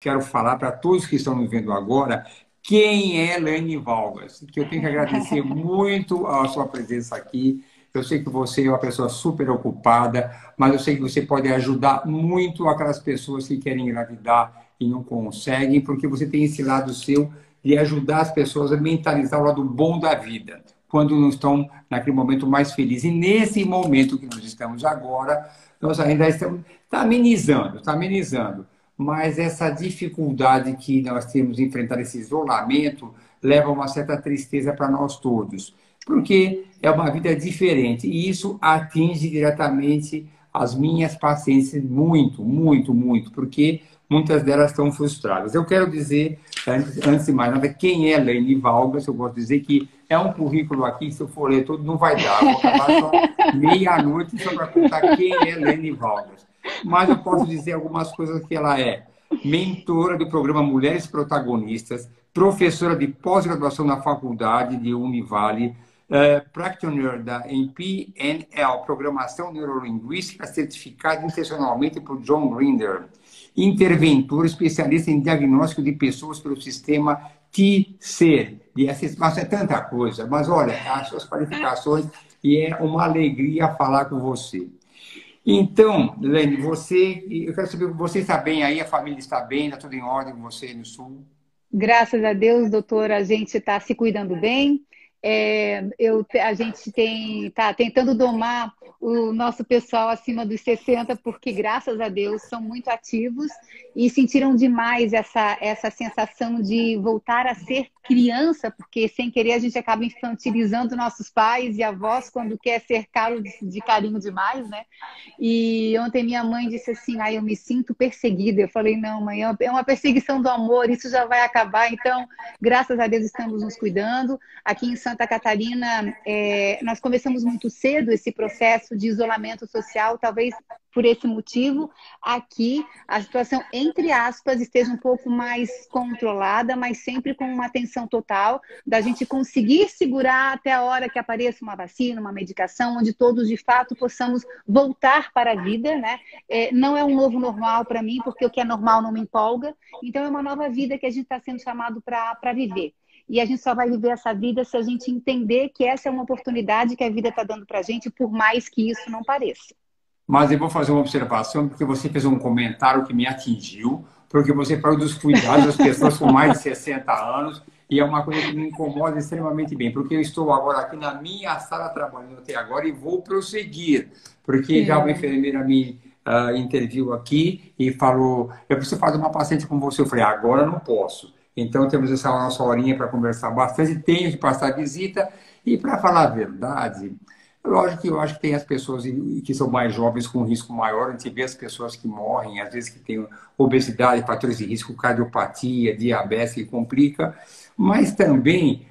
quero falar para todos que estão me vendo agora quem é Elaine Vargas, que eu tenho que agradecer muito a sua presença aqui. Eu sei que você é uma pessoa super ocupada, mas eu sei que você pode ajudar muito aquelas pessoas que querem engravidar e não conseguem, porque você tem esse lado seu de ajudar as pessoas a mentalizar o lado bom da vida, quando não estão naquele momento mais feliz. E nesse momento que nós estamos agora, nós ainda estamos está amenizando. Mas essa dificuldade que nós temos de enfrentar esse isolamento leva a uma certa tristeza para nós todos, porque é uma vida diferente e isso atinge diretamente as minhas pacientes muito, muito, muito, porque muitas delas estão frustradas. Eu quero dizer, antes de mais nada, quem é Elaine Vargas. Eu gosto de dizer que é um currículo aqui, se eu for ler todo, não vai dar. Vou acabar só meia-noite só para contar quem é Elaine Vargas. Mas eu posso dizer algumas coisas que ela é. Mentora do programa Mulheres Protagonistas, professora de pós-graduação na faculdade de Univale, practitioner em PNL, Programação Neurolinguística, certificada intencionalmente por John Grinder, interventor especialista em diagnóstico de pessoas pelo sistema TCER. Mas é tanta coisa. Mas olha, as suas qualificações e é uma alegria falar com você. Então, Lene, eu quero saber, você está bem aí, a família está bem, está tudo em ordem com você no Sul? Graças a Deus, doutora, a gente está se cuidando bem. A gente está tentando domar o nosso pessoal acima dos 60, porque, graças a Deus, são muito ativos e sentiram demais essa sensação de voltar a ser criança, porque, sem querer, a gente acaba infantilizando nossos pais e avós quando quer cercá-los de carinho demais, né? E ontem minha mãe disse assim, eu me sinto perseguida. Eu falei, não, mãe, é uma perseguição do amor, isso já vai acabar. Então, graças a Deus, estamos nos cuidando. Aqui em Santa Catarina, nós começamos muito cedo esse processo de isolamento social, talvez por esse motivo. Aqui, a situação, entre aspas, esteja um pouco mais controlada, mas sempre com uma atenção total da gente conseguir segurar até a hora que apareça uma vacina, uma medicação, onde todos, de fato, possamos voltar para a vida, né? Não é um novo normal para mim, porque o que é normal não me empolga. Então, é uma nova vida que a gente está sendo chamado para viver. E a gente só vai viver essa vida se a gente entender que essa é uma oportunidade que a vida está dando para a gente, por mais que isso não pareça. Mas eu vou fazer uma observação, porque você fez um comentário que me atingiu, porque você falou dos cuidados das pessoas com mais de 60 anos, e é uma coisa que me incomoda extremamente bem, porque eu estou agora aqui na minha sala trabalhando até agora e vou prosseguir, porque já uma enfermeira me interviu aqui e falou, eu preciso fazer uma paciente com você. Eu falei, agora não posso. Então temos essa nossa horinha para conversar bastante, tenho que passar visita, e para falar a verdade... Lógico que eu acho que tem as pessoas que são mais jovens com risco maior, a gente vê as pessoas que morrem, às vezes que têm obesidade, fatores de risco, cardiopatia, diabetes que complica, mas também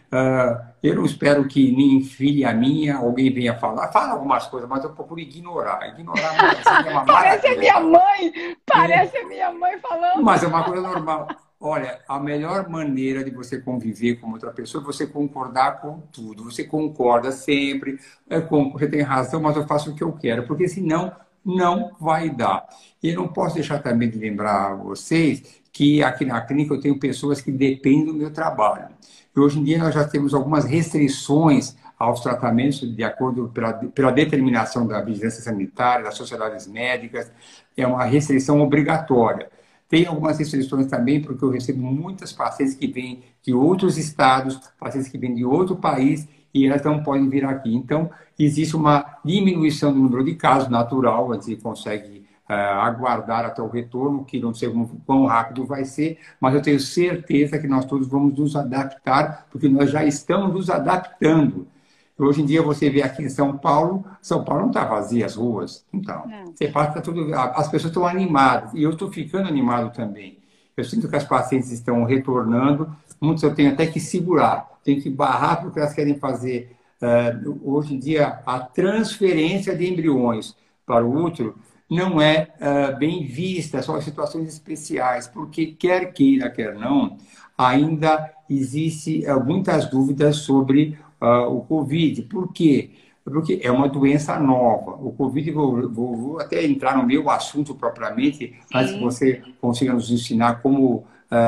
eu não espero que nem filha minha alguém venha falar, fala algumas coisas, mas eu procuro ignorar. Ignorar é uma Parece a maravilha. minha mãe! Parece a minha mãe falando! Mas é uma coisa normal. Olha, a melhor maneira de você conviver com outra pessoa é você concordar com tudo. Você concorda sempre, você tem razão, mas eu faço o que eu quero, porque senão não vai dar. E eu não posso deixar também de lembrar a vocês que aqui na clínica eu tenho pessoas que dependem do meu trabalho. E hoje em dia nós já temos algumas restrições aos tratamentos de acordo pela determinação da vigilância sanitária, das sociedades médicas, é uma restrição obrigatória. Tem algumas restrições também, porque eu recebo muitas pacientes que vêm de outros estados, pacientes que vêm de outro país, e elas não podem vir aqui. Então, existe uma diminuição do número de casos natural, a gente consegue aguardar até o retorno, que não sei quão rápido vai ser, mas eu tenho certeza que nós todos vamos nos adaptar, porque nós já estamos nos adaptando. Hoje em dia você vê aqui em São Paulo não está vazia as ruas. Então, Não. você passa tá tudo, as pessoas estão animadas e eu estou ficando animado também. Eu sinto que as pacientes estão retornando, muitos eu tenho até que segurar, tenho que barrar porque elas querem fazer hoje em dia a transferência de embriões para o útero não é bem vista, só em situações especiais, porque quer queira, quer não, ainda existe muitas dúvidas sobre o Covid. Por quê? porque é uma doença nova. O Covid, vou até entrar no meu assunto propriamente, antes que Sim. você consiga nos ensinar como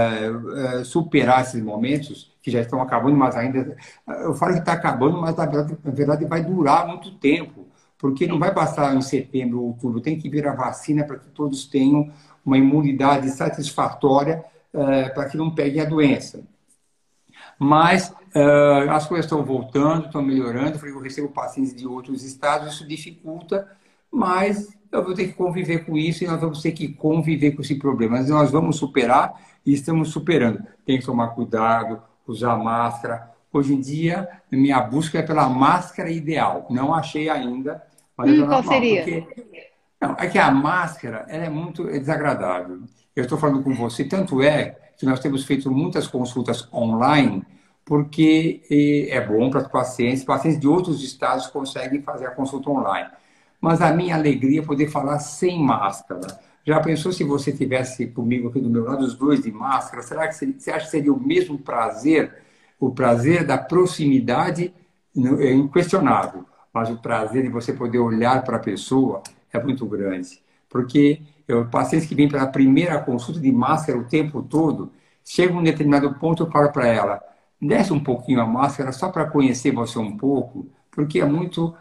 superar esses momentos que já estão acabando, mas ainda... Eu falo que está acabando, mas na verdade vai durar muito tempo, porque não Sim. vai bastar em setembro ou outubro, tem que vir a vacina para que todos tenham uma imunidade satisfatória para que não peguem a doença. Mas as coisas estão voltando, estão melhorando. Eu recebo pacientes de outros estados, isso dificulta, mas eu vou ter que conviver com isso e nós vamos ter que conviver com esse problema. Mas nós vamos superar e estamos superando. Tem que tomar cuidado, usar máscara. Hoje em dia, minha busca é pela máscara ideal. Não achei ainda, mas é Qual normal, seria? porque não, é que a máscara ela é muito desagradável. Eu estou falando com você, tanto é que nós temos feito muitas consultas online, porque é bom para os pacientes de outros estados conseguem fazer a consulta online. Mas a minha alegria é poder falar sem máscara. Já pensou se você tivesse comigo aqui do meu lado, os dois de máscara? Será que você acha que seria o mesmo prazer? O prazer da proximidade é inquestionável, mas o prazer de você poder olhar para a pessoa é muito grande. Porque pacientes que vêm pela primeira consulta de máscara o tempo todo, chega um determinado ponto, eu falo para ela, desce um pouquinho a máscara só para conhecer você um pouco, porque é muito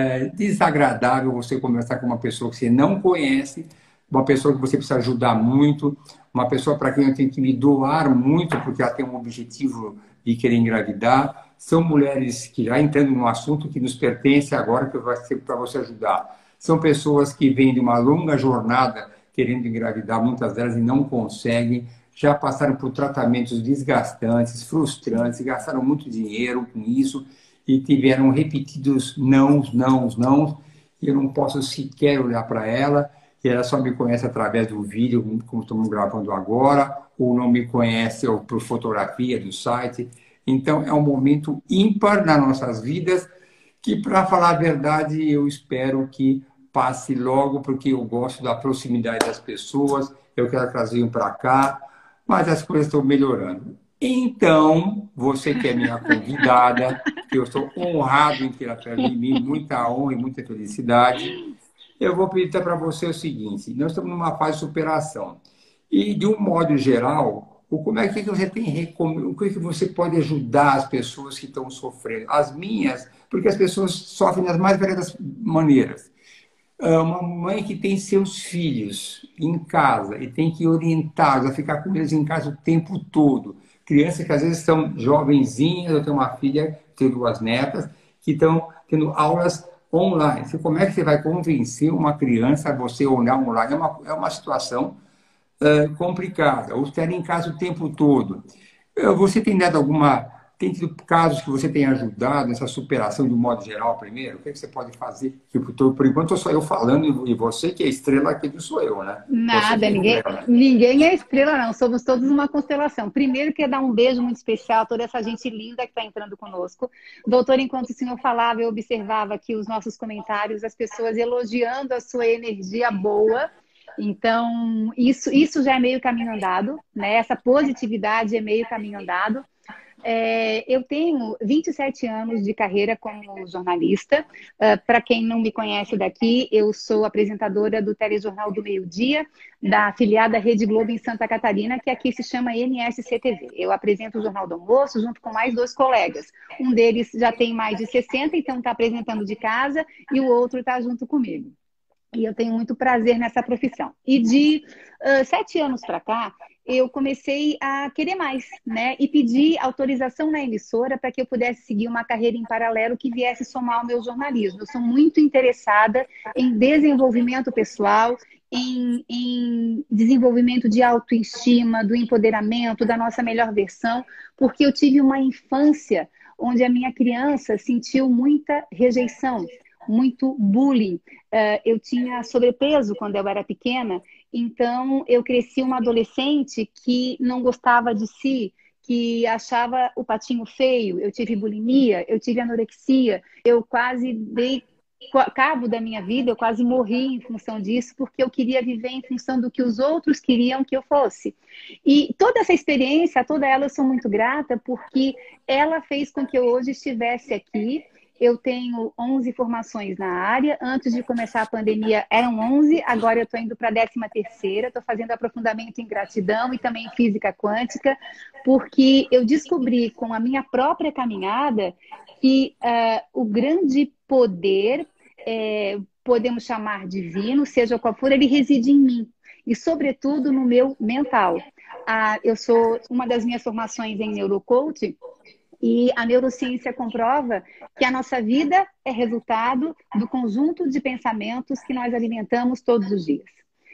desagradável você conversar com uma pessoa que você não conhece, uma pessoa que você precisa ajudar muito, uma pessoa para quem eu tenho que me doar muito, porque ela tem um objetivo de querer engravidar. São mulheres que, já entrando no assunto que nos pertence agora, que vai ser para você ajudar. São pessoas que vêm de uma longa jornada querendo engravidar, muitas delas, e não conseguem, já passaram por tratamentos desgastantes, frustrantes, gastaram muito dinheiro com isso e tiveram repetidos nãos, nãos, nãos, e eu não posso sequer olhar para ela, e ela só me conhece através do vídeo, como estamos gravando agora, ou não me conhece ou por fotografia do site. Então, é um momento ímpar nas nossas vidas, que, para falar a verdade, eu espero que passe logo, porque eu gosto da proximidade das pessoas, eu quero trazer para cá, mas as coisas estão melhorando. Então, você que é minha convidada, que eu estou honrado em ter atrás de mim, muita honra e muita felicidade, eu vou pedir para você o seguinte: nós estamos numa fase de superação. E, de um modo geral, como é que você tem, o que você pode ajudar as pessoas que estão sofrendo? As minhas, porque as pessoas sofrem das mais variadas maneiras. Uma mãe que tem seus filhos em casa e tem que orientá-los a ficar com eles em casa o tempo todo. Crianças que às vezes são jovenzinhas, eu tenho uma filha, tenho duas netas, que estão tendo aulas online. Como é que você vai convencer uma criança a você olhar online? É uma situação complicada. Ou estar em casa o tempo todo. Você tem dado alguma... Tem tido casos que você tem ajudado nessa superação de um modo geral primeiro? O que você pode fazer? Tipo, por enquanto, sou eu falando e você que é estrela aqui não sou eu, né? Você que Nada, é ninguém, estrela. ninguém é estrela, não. Somos todos uma constelação. Primeiro, quero dar um beijo muito especial a toda essa gente linda que está entrando conosco. Doutor, enquanto o senhor falava, eu observava aqui os nossos comentários, as pessoas elogiando a sua energia boa. Então, isso já é meio caminho andado, né? Essa positividade é meio caminho andado. Eu tenho 27 anos de carreira como jornalista. Para quem não me conhece daqui, eu sou apresentadora do Telejornal do Meio-Dia, da afiliada Rede Globo em Santa Catarina, que aqui se chama NSC-TV. Eu apresento o Jornal do Almoço junto com mais dois colegas. Um deles já tem mais de 60, então está apresentando de casa, e o outro está junto comigo. E eu tenho muito prazer nessa profissão. E de 7 anos para cá, eu comecei a querer mais, né? E pedi autorização na emissora para que eu pudesse seguir uma carreira em paralelo que viesse somar ao meu jornalismo. Eu sou muito interessada em desenvolvimento pessoal, em desenvolvimento de autoestima, do empoderamento, da nossa melhor versão, porque eu tive uma infância onde a minha criança sentiu muita rejeição, muito bullying. Eu tinha sobrepeso quando eu era pequena, então eu cresci uma adolescente que não gostava de si, que achava o patinho feio. Eu tive bulimia, eu tive anorexia, eu quase dei cabo da minha vida, eu quase morri em função disso, porque eu queria viver em função do que os outros queriam que eu fosse. E toda essa experiência, toda ela, eu sou muito grata, porque ela fez com que eu hoje estivesse aqui Eu tenho 11 formações na área. Antes de começar a pandemia eram 11, agora eu estou indo para a 13ª. Estou fazendo aprofundamento em gratidão e também em física quântica, porque eu descobri com a minha própria caminhada que o grande poder, podemos chamar divino, seja qual for, ele reside em mim. E, sobretudo, no meu mental. Eu sou uma das minhas formações em neurocoaching, e a neurociência comprova que a nossa vida é resultado do conjunto de pensamentos que nós alimentamos todos os dias.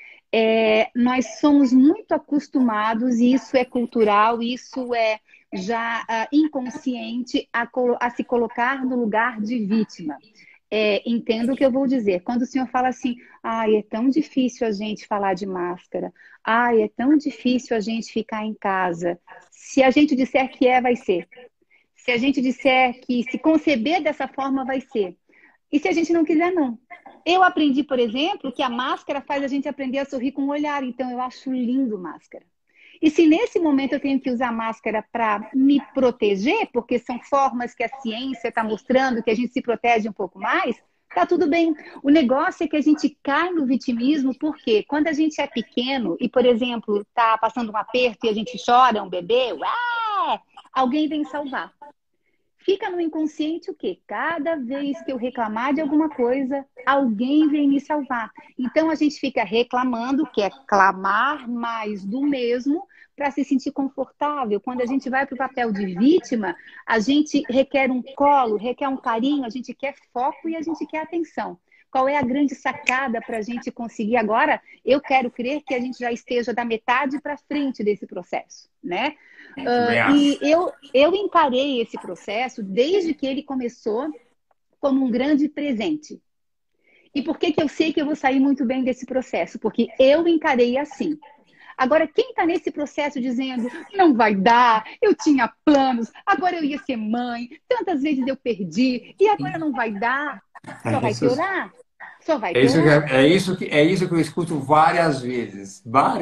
Nós somos muito acostumados, e isso é cultural, isso é já inconsciente, a se colocar no lugar de vítima. Entendo o que eu vou dizer. Quando o senhor fala assim, é tão difícil a gente falar de máscara, é tão difícil a gente ficar em casa. Se a gente disser que vai ser. Se a gente disser que se conceber dessa forma, vai ser. E se a gente não quiser, não. Eu aprendi, por exemplo, que a máscara faz a gente aprender a sorrir com o olhar. Então, eu acho lindo máscara. E se nesse momento eu tenho que usar máscara para me proteger, porque são formas que a ciência está mostrando que a gente se protege um pouco mais, tá tudo bem. O negócio é que a gente cai no vitimismo, porque quando a gente é pequeno e, por exemplo, tá passando um aperto e a gente chora, um bebê, alguém vem salvar. Fica no inconsciente o quê? Cada vez que eu reclamar de alguma coisa, alguém vem me salvar. Então, a gente fica reclamando, que é clamar mais do mesmo, para se sentir confortável. Quando a gente vai para o papel de vítima, a gente requer um colo, requer um carinho, a gente quer foco e a gente quer atenção. Qual é a grande sacada para a gente conseguir agora? Eu quero crer que a gente já esteja da metade para frente desse processo, né? E eu encarei esse processo desde que ele começou como um grande presente. E por que eu sei que eu vou sair muito bem desse processo? Porque eu encarei assim. Agora, quem está nesse processo dizendo, não vai dar, eu tinha planos, agora eu ia ser mãe, tantas vezes eu perdi, e agora não vai dar, só vai piorar. Só vai piorar. É isso que eu escuto várias vezes.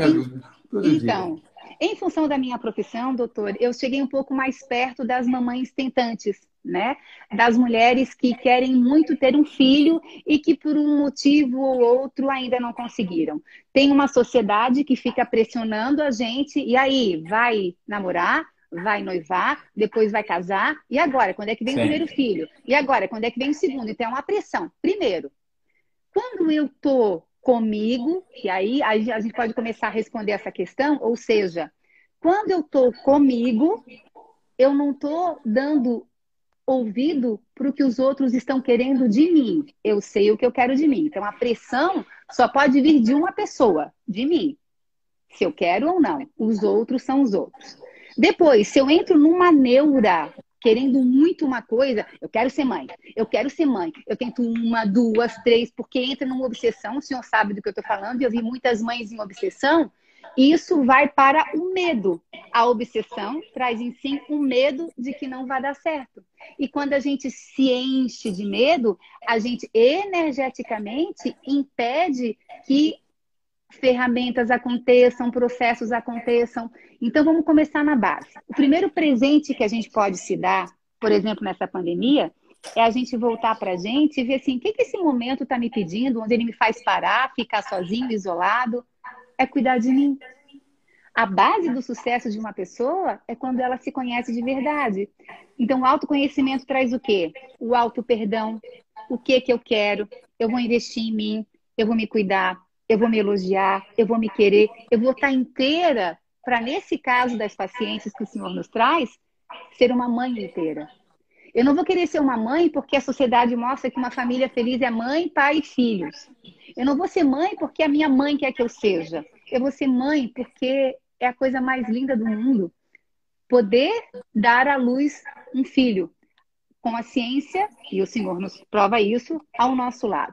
Todo dia. Então, em função da minha profissão, doutor, eu cheguei um pouco mais perto das mamães tentantes, né? Das mulheres que querem muito ter um filho e que por um motivo ou outro ainda não conseguiram. Tem uma sociedade que fica pressionando a gente, e aí, vai namorar? Vai noivar, depois vai casar, e agora? Quando é que vem o primeiro filho? E agora? Quando é que vem o segundo? Então, é uma pressão. Primeiro, quando eu tô comigo, e aí a gente pode começar a responder essa questão, ou seja, quando eu tô comigo, eu não tô dando ouvido para o que os outros estão querendo de mim. Eu sei o que eu quero de mim. Então, a pressão só pode vir de uma pessoa, de mim. Se eu quero ou não. Os outros são os outros. Depois, se eu entro numa neura, querendo muito uma coisa, eu quero ser mãe, eu quero ser mãe. Eu tento 1, 2, 3, porque entra numa obsessão, o senhor sabe do que eu estou falando, eu vi muitas mães em obsessão, e isso vai para o medo. A obsessão traz em si um medo de que não vai dar certo. E quando a gente se enche de medo, a gente energeticamente impede que ferramentas aconteçam, processos aconteçam. Então, vamos começar na base. O primeiro presente que a gente pode se dar, por exemplo, nessa pandemia, é a gente voltar para a gente e ver assim, o que esse momento está me pedindo, onde ele me faz parar, ficar sozinho, isolado, é cuidar de mim. A base do sucesso de uma pessoa é quando ela se conhece de verdade. Então, o autoconhecimento traz o quê? O auto-perdão. O que eu quero? Eu vou investir em mim, eu vou me cuidar, eu vou me elogiar, eu vou me querer, eu vou estar inteira para, nesse caso das pacientes que o senhor nos traz, ser uma mãe inteira. Eu não vou querer ser uma mãe porque a sociedade mostra que uma família feliz é mãe, pai e filhos. Eu não vou ser mãe porque a minha mãe quer que eu seja. Eu vou ser mãe porque é a coisa mais linda do mundo. Poder dar à luz um filho com a ciência, e o senhor nos prova isso, ao nosso lado.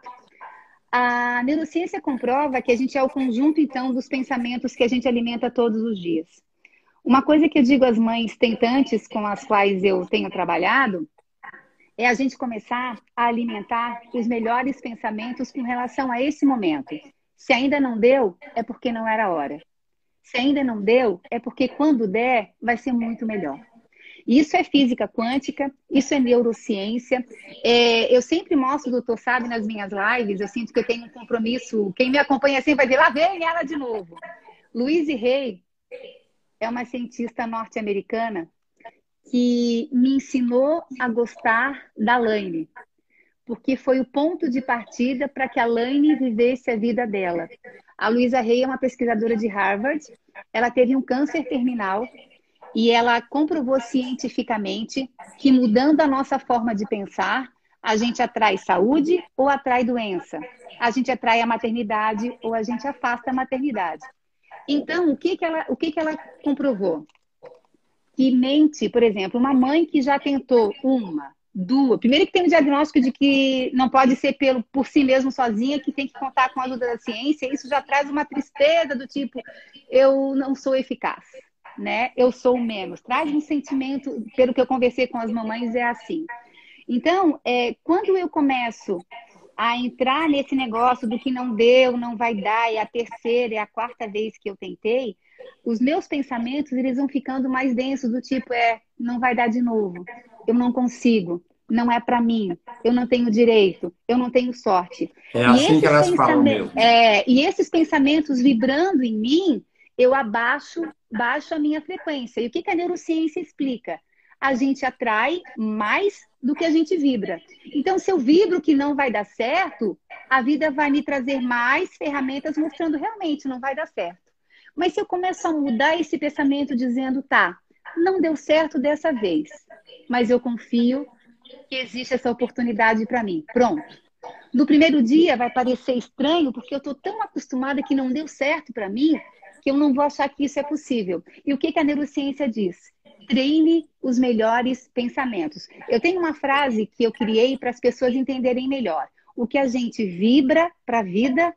A neurociência comprova que a gente é o conjunto, então, dos pensamentos que a gente alimenta todos os dias. Uma coisa que eu digo às mães tentantes com as quais eu tenho trabalhado é a gente começar a alimentar os melhores pensamentos com relação a esse momento. Se ainda não deu, é porque não era a hora. Se ainda não deu, é porque quando der, vai ser muito melhor. Isso é física quântica, isso é neurociência. Eu sempre mostro, o doutor sabe, nas minhas lives, eu sinto que eu tenho um compromisso. Quem me acompanha sempre vai dizer, lá vem ela de novo. Louise Hay é uma cientista norte-americana que me ensinou a gostar da Laine, porque foi o ponto de partida para que a Laine vivesse a vida dela. A Louise Hay é uma pesquisadora de Harvard, ela teve um câncer terminal e ela comprovou cientificamente que mudando a nossa forma de pensar, a gente atrai saúde ou atrai doença. A gente atrai a maternidade ou a gente afasta a maternidade. Então, o que ela comprovou? Que mente, por exemplo, uma mãe que já tentou uma, duas... Primeiro que tem um diagnóstico de que não pode ser por si mesmo sozinha, que tem que contar com a ajuda da ciência. Isso já traz uma tristeza do tipo, eu não sou eficaz, né? Eu sou menos. Traz um sentimento, pelo que eu conversei com as mamães, é assim. Então, quando eu começo a entrar nesse negócio do que não deu, não vai dar, é a terceira, é a quarta vez que eu tentei, os meus pensamentos eles vão ficando mais densos, do tipo, não vai dar de novo, eu não consigo, não é para mim, eu não tenho direito, eu não tenho sorte. É assim que elas falam mesmo. E esses pensamentos vibrando em mim, eu baixo a minha frequência. E o que a neurociência explica? A gente atrai mais do que a gente vibra. Então, se eu vibro que não vai dar certo, a vida vai me trazer mais ferramentas mostrando realmente não vai dar certo. Mas se eu começo a mudar esse pensamento dizendo, tá, não deu certo dessa vez, mas eu confio que existe essa oportunidade para mim. Pronto. No primeiro dia vai parecer estranho, porque eu estou tão acostumada que não deu certo para mim, que eu não vou achar que isso é possível. E o que a neurociência diz? Treine os melhores pensamentos. Eu tenho uma frase que eu criei para as pessoas entenderem melhor. O que a gente vibra para a vida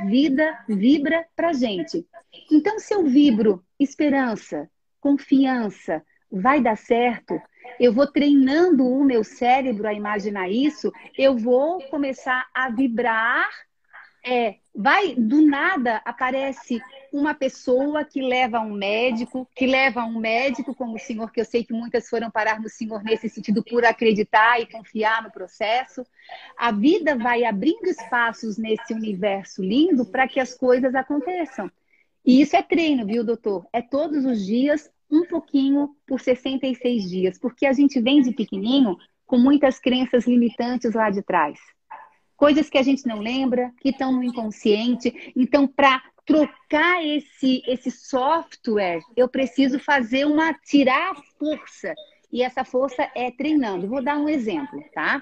vibra para a gente. Então, se eu vibro esperança, confiança, vai dar certo, eu vou treinando o meu cérebro a imaginar isso, eu vou começar a vibrar. Do nada aparece uma pessoa que leva um médico, como o senhor, que eu sei que muitas foram parar no senhor nesse sentido por acreditar e confiar no processo. A vida vai abrindo espaços nesse universo lindo para que as coisas aconteçam. E isso é treino, viu, doutor? É todos os dias, um pouquinho por 66 dias, porque a gente vem de pequenininho com muitas crenças limitantes lá de trás. Coisas que a gente não lembra, que estão no inconsciente. Então, para trocar esse software, eu preciso tirar a força. E essa força é treinando. Vou dar um exemplo, tá?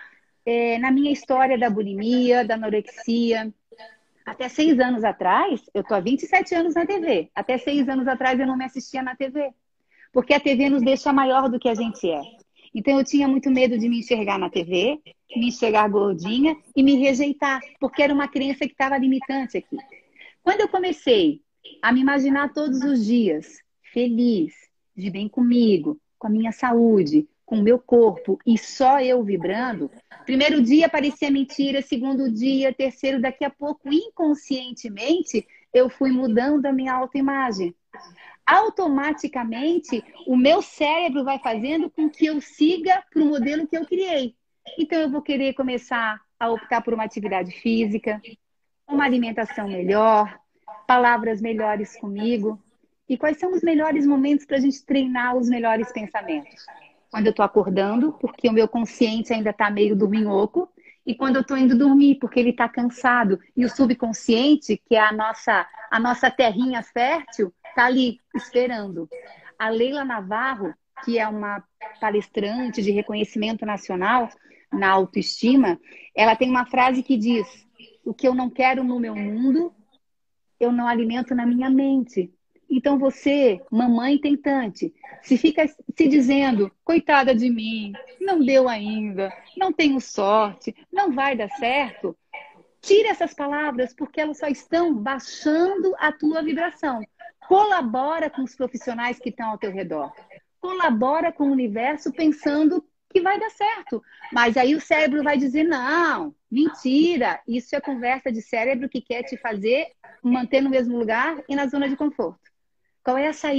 Na minha história da bulimia, da anorexia, até 6 anos atrás, eu estou há 27 anos na TV. Até 6 anos atrás eu não me assistia na TV. Porque a TV nos deixa maior do que a gente é. Então eu tinha muito medo de me enxergar na TV, me enxergar gordinha e me rejeitar, porque era uma crença que estava limitante aqui. Quando eu comecei a me imaginar todos os dias feliz, de bem comigo, com a minha saúde, com o meu corpo e só eu vibrando, primeiro dia parecia mentira, segundo dia, terceiro, daqui a pouco, inconscientemente, eu fui mudando a minha autoimagem. Automaticamente, o meu cérebro vai fazendo com que eu siga para o modelo que eu criei. Então, eu vou querer começar a optar por uma atividade física, uma alimentação melhor, palavras melhores comigo. E quais são os melhores momentos para a gente treinar os melhores pensamentos? Quando eu estou acordando, porque o meu consciente ainda está meio dorminhoco, e quando eu estou indo dormir, porque ele está cansado. E o subconsciente, que é a nossa terrinha fértil, está ali, esperando. A Leila Navarro, que é uma palestrante de reconhecimento nacional na autoestima, ela tem uma frase que diz: o que eu não quero no meu mundo, eu não alimento na minha mente. Então você, mamãe tentante, se fica se dizendo, coitada de mim, não deu ainda, não tenho sorte, não vai dar certo, tira essas palavras, porque elas só estão baixando a tua vibração. Colabora com os profissionais que estão ao teu redor. Colabora com o universo pensando que vai dar certo. Mas aí o cérebro vai dizer, não, mentira. Isso é conversa de cérebro que quer te fazer manter no mesmo lugar e na zona de conforto. Qual é a saída?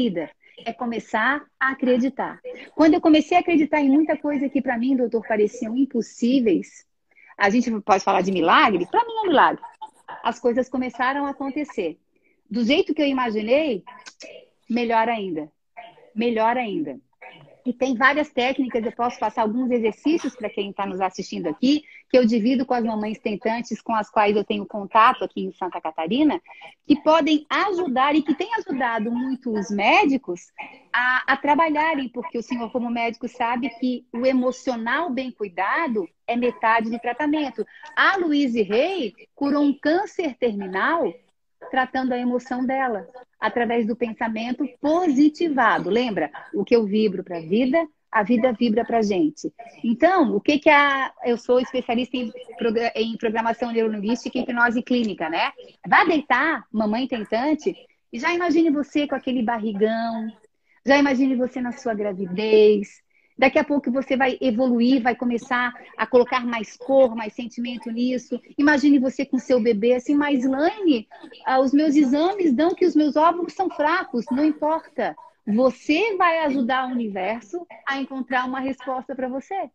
é começar a acreditar. Quando eu comecei a acreditar em muita coisa que para mim, doutor, pareciam impossíveis, a gente pode falar de milagre? Para mim é um milagre. As coisas começaram a acontecer. Do jeito que eu imaginei, melhor ainda. Melhor ainda. E tem várias técnicas, eu posso passar alguns exercícios para quem está nos assistindo aqui, que eu divido com as mamães tentantes com as quais eu tenho contato aqui em Santa Catarina, que podem ajudar e que têm ajudado muito os médicos a trabalharem, porque o senhor, como médico, sabe que o emocional bem cuidado é metade do tratamento. A Louise Hay curou um câncer terminal tratando a emoção dela, através do pensamento positivado. Lembra? O que eu vibro para a vida vibra para a gente. Então, o que que eu sou especialista em programação neurolinguística e hipnose clínica, né? Vá deitar, mamãe tentante, e já imagine você com aquele barrigão, já imagine você na sua gravidez. Daqui a pouco você vai evoluir, vai começar a colocar mais cor, mais sentimento nisso. Imagine você com seu bebê assim, mas Laine, os meus exames dão que os meus óvulos são fracos. Não importa. Você vai ajudar o universo a encontrar uma resposta para você.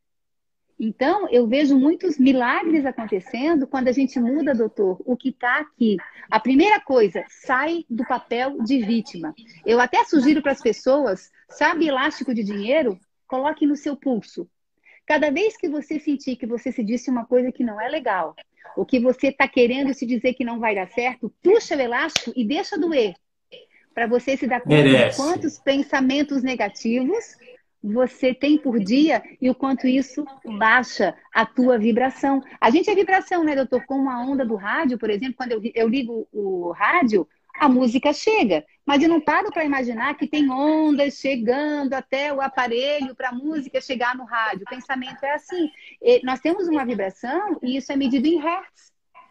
Então, eu vejo muitos milagres acontecendo quando a gente muda, doutor, o que está aqui. A primeira coisa, sai do papel de vítima. Eu até sugiro para as pessoas, sabe elástico de dinheiro? Coloque no seu pulso. Cada vez que você sentir que você se disse uma coisa que não é legal, ou que você está querendo se dizer que não vai dar certo, puxa o elástico e deixa doer. Para você se dar conta de quantos pensamentos negativos você tem por dia e o quanto isso baixa a tua vibração. A gente é vibração, né, doutor? Como a onda do rádio, por exemplo, quando eu ligo o rádio, a música chega. Mas eu não paro para imaginar que tem ondas chegando até o aparelho para a música chegar no rádio. O pensamento é assim. Nós temos uma vibração e isso é medido em hertz.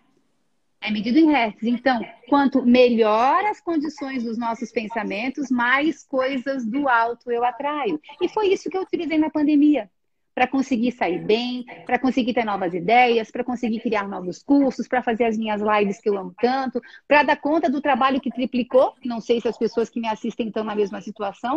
É medido em hertz. Então, quanto melhor as condições dos nossos pensamentos, mais coisas do alto eu atraio. E foi isso que eu utilizei na pandemia. Para conseguir sair bem, para conseguir ter novas ideias, para conseguir criar novos cursos, para fazer as minhas lives que eu amo tanto, para dar conta do trabalho que triplicou. Não sei se as pessoas que me assistem estão na mesma situação.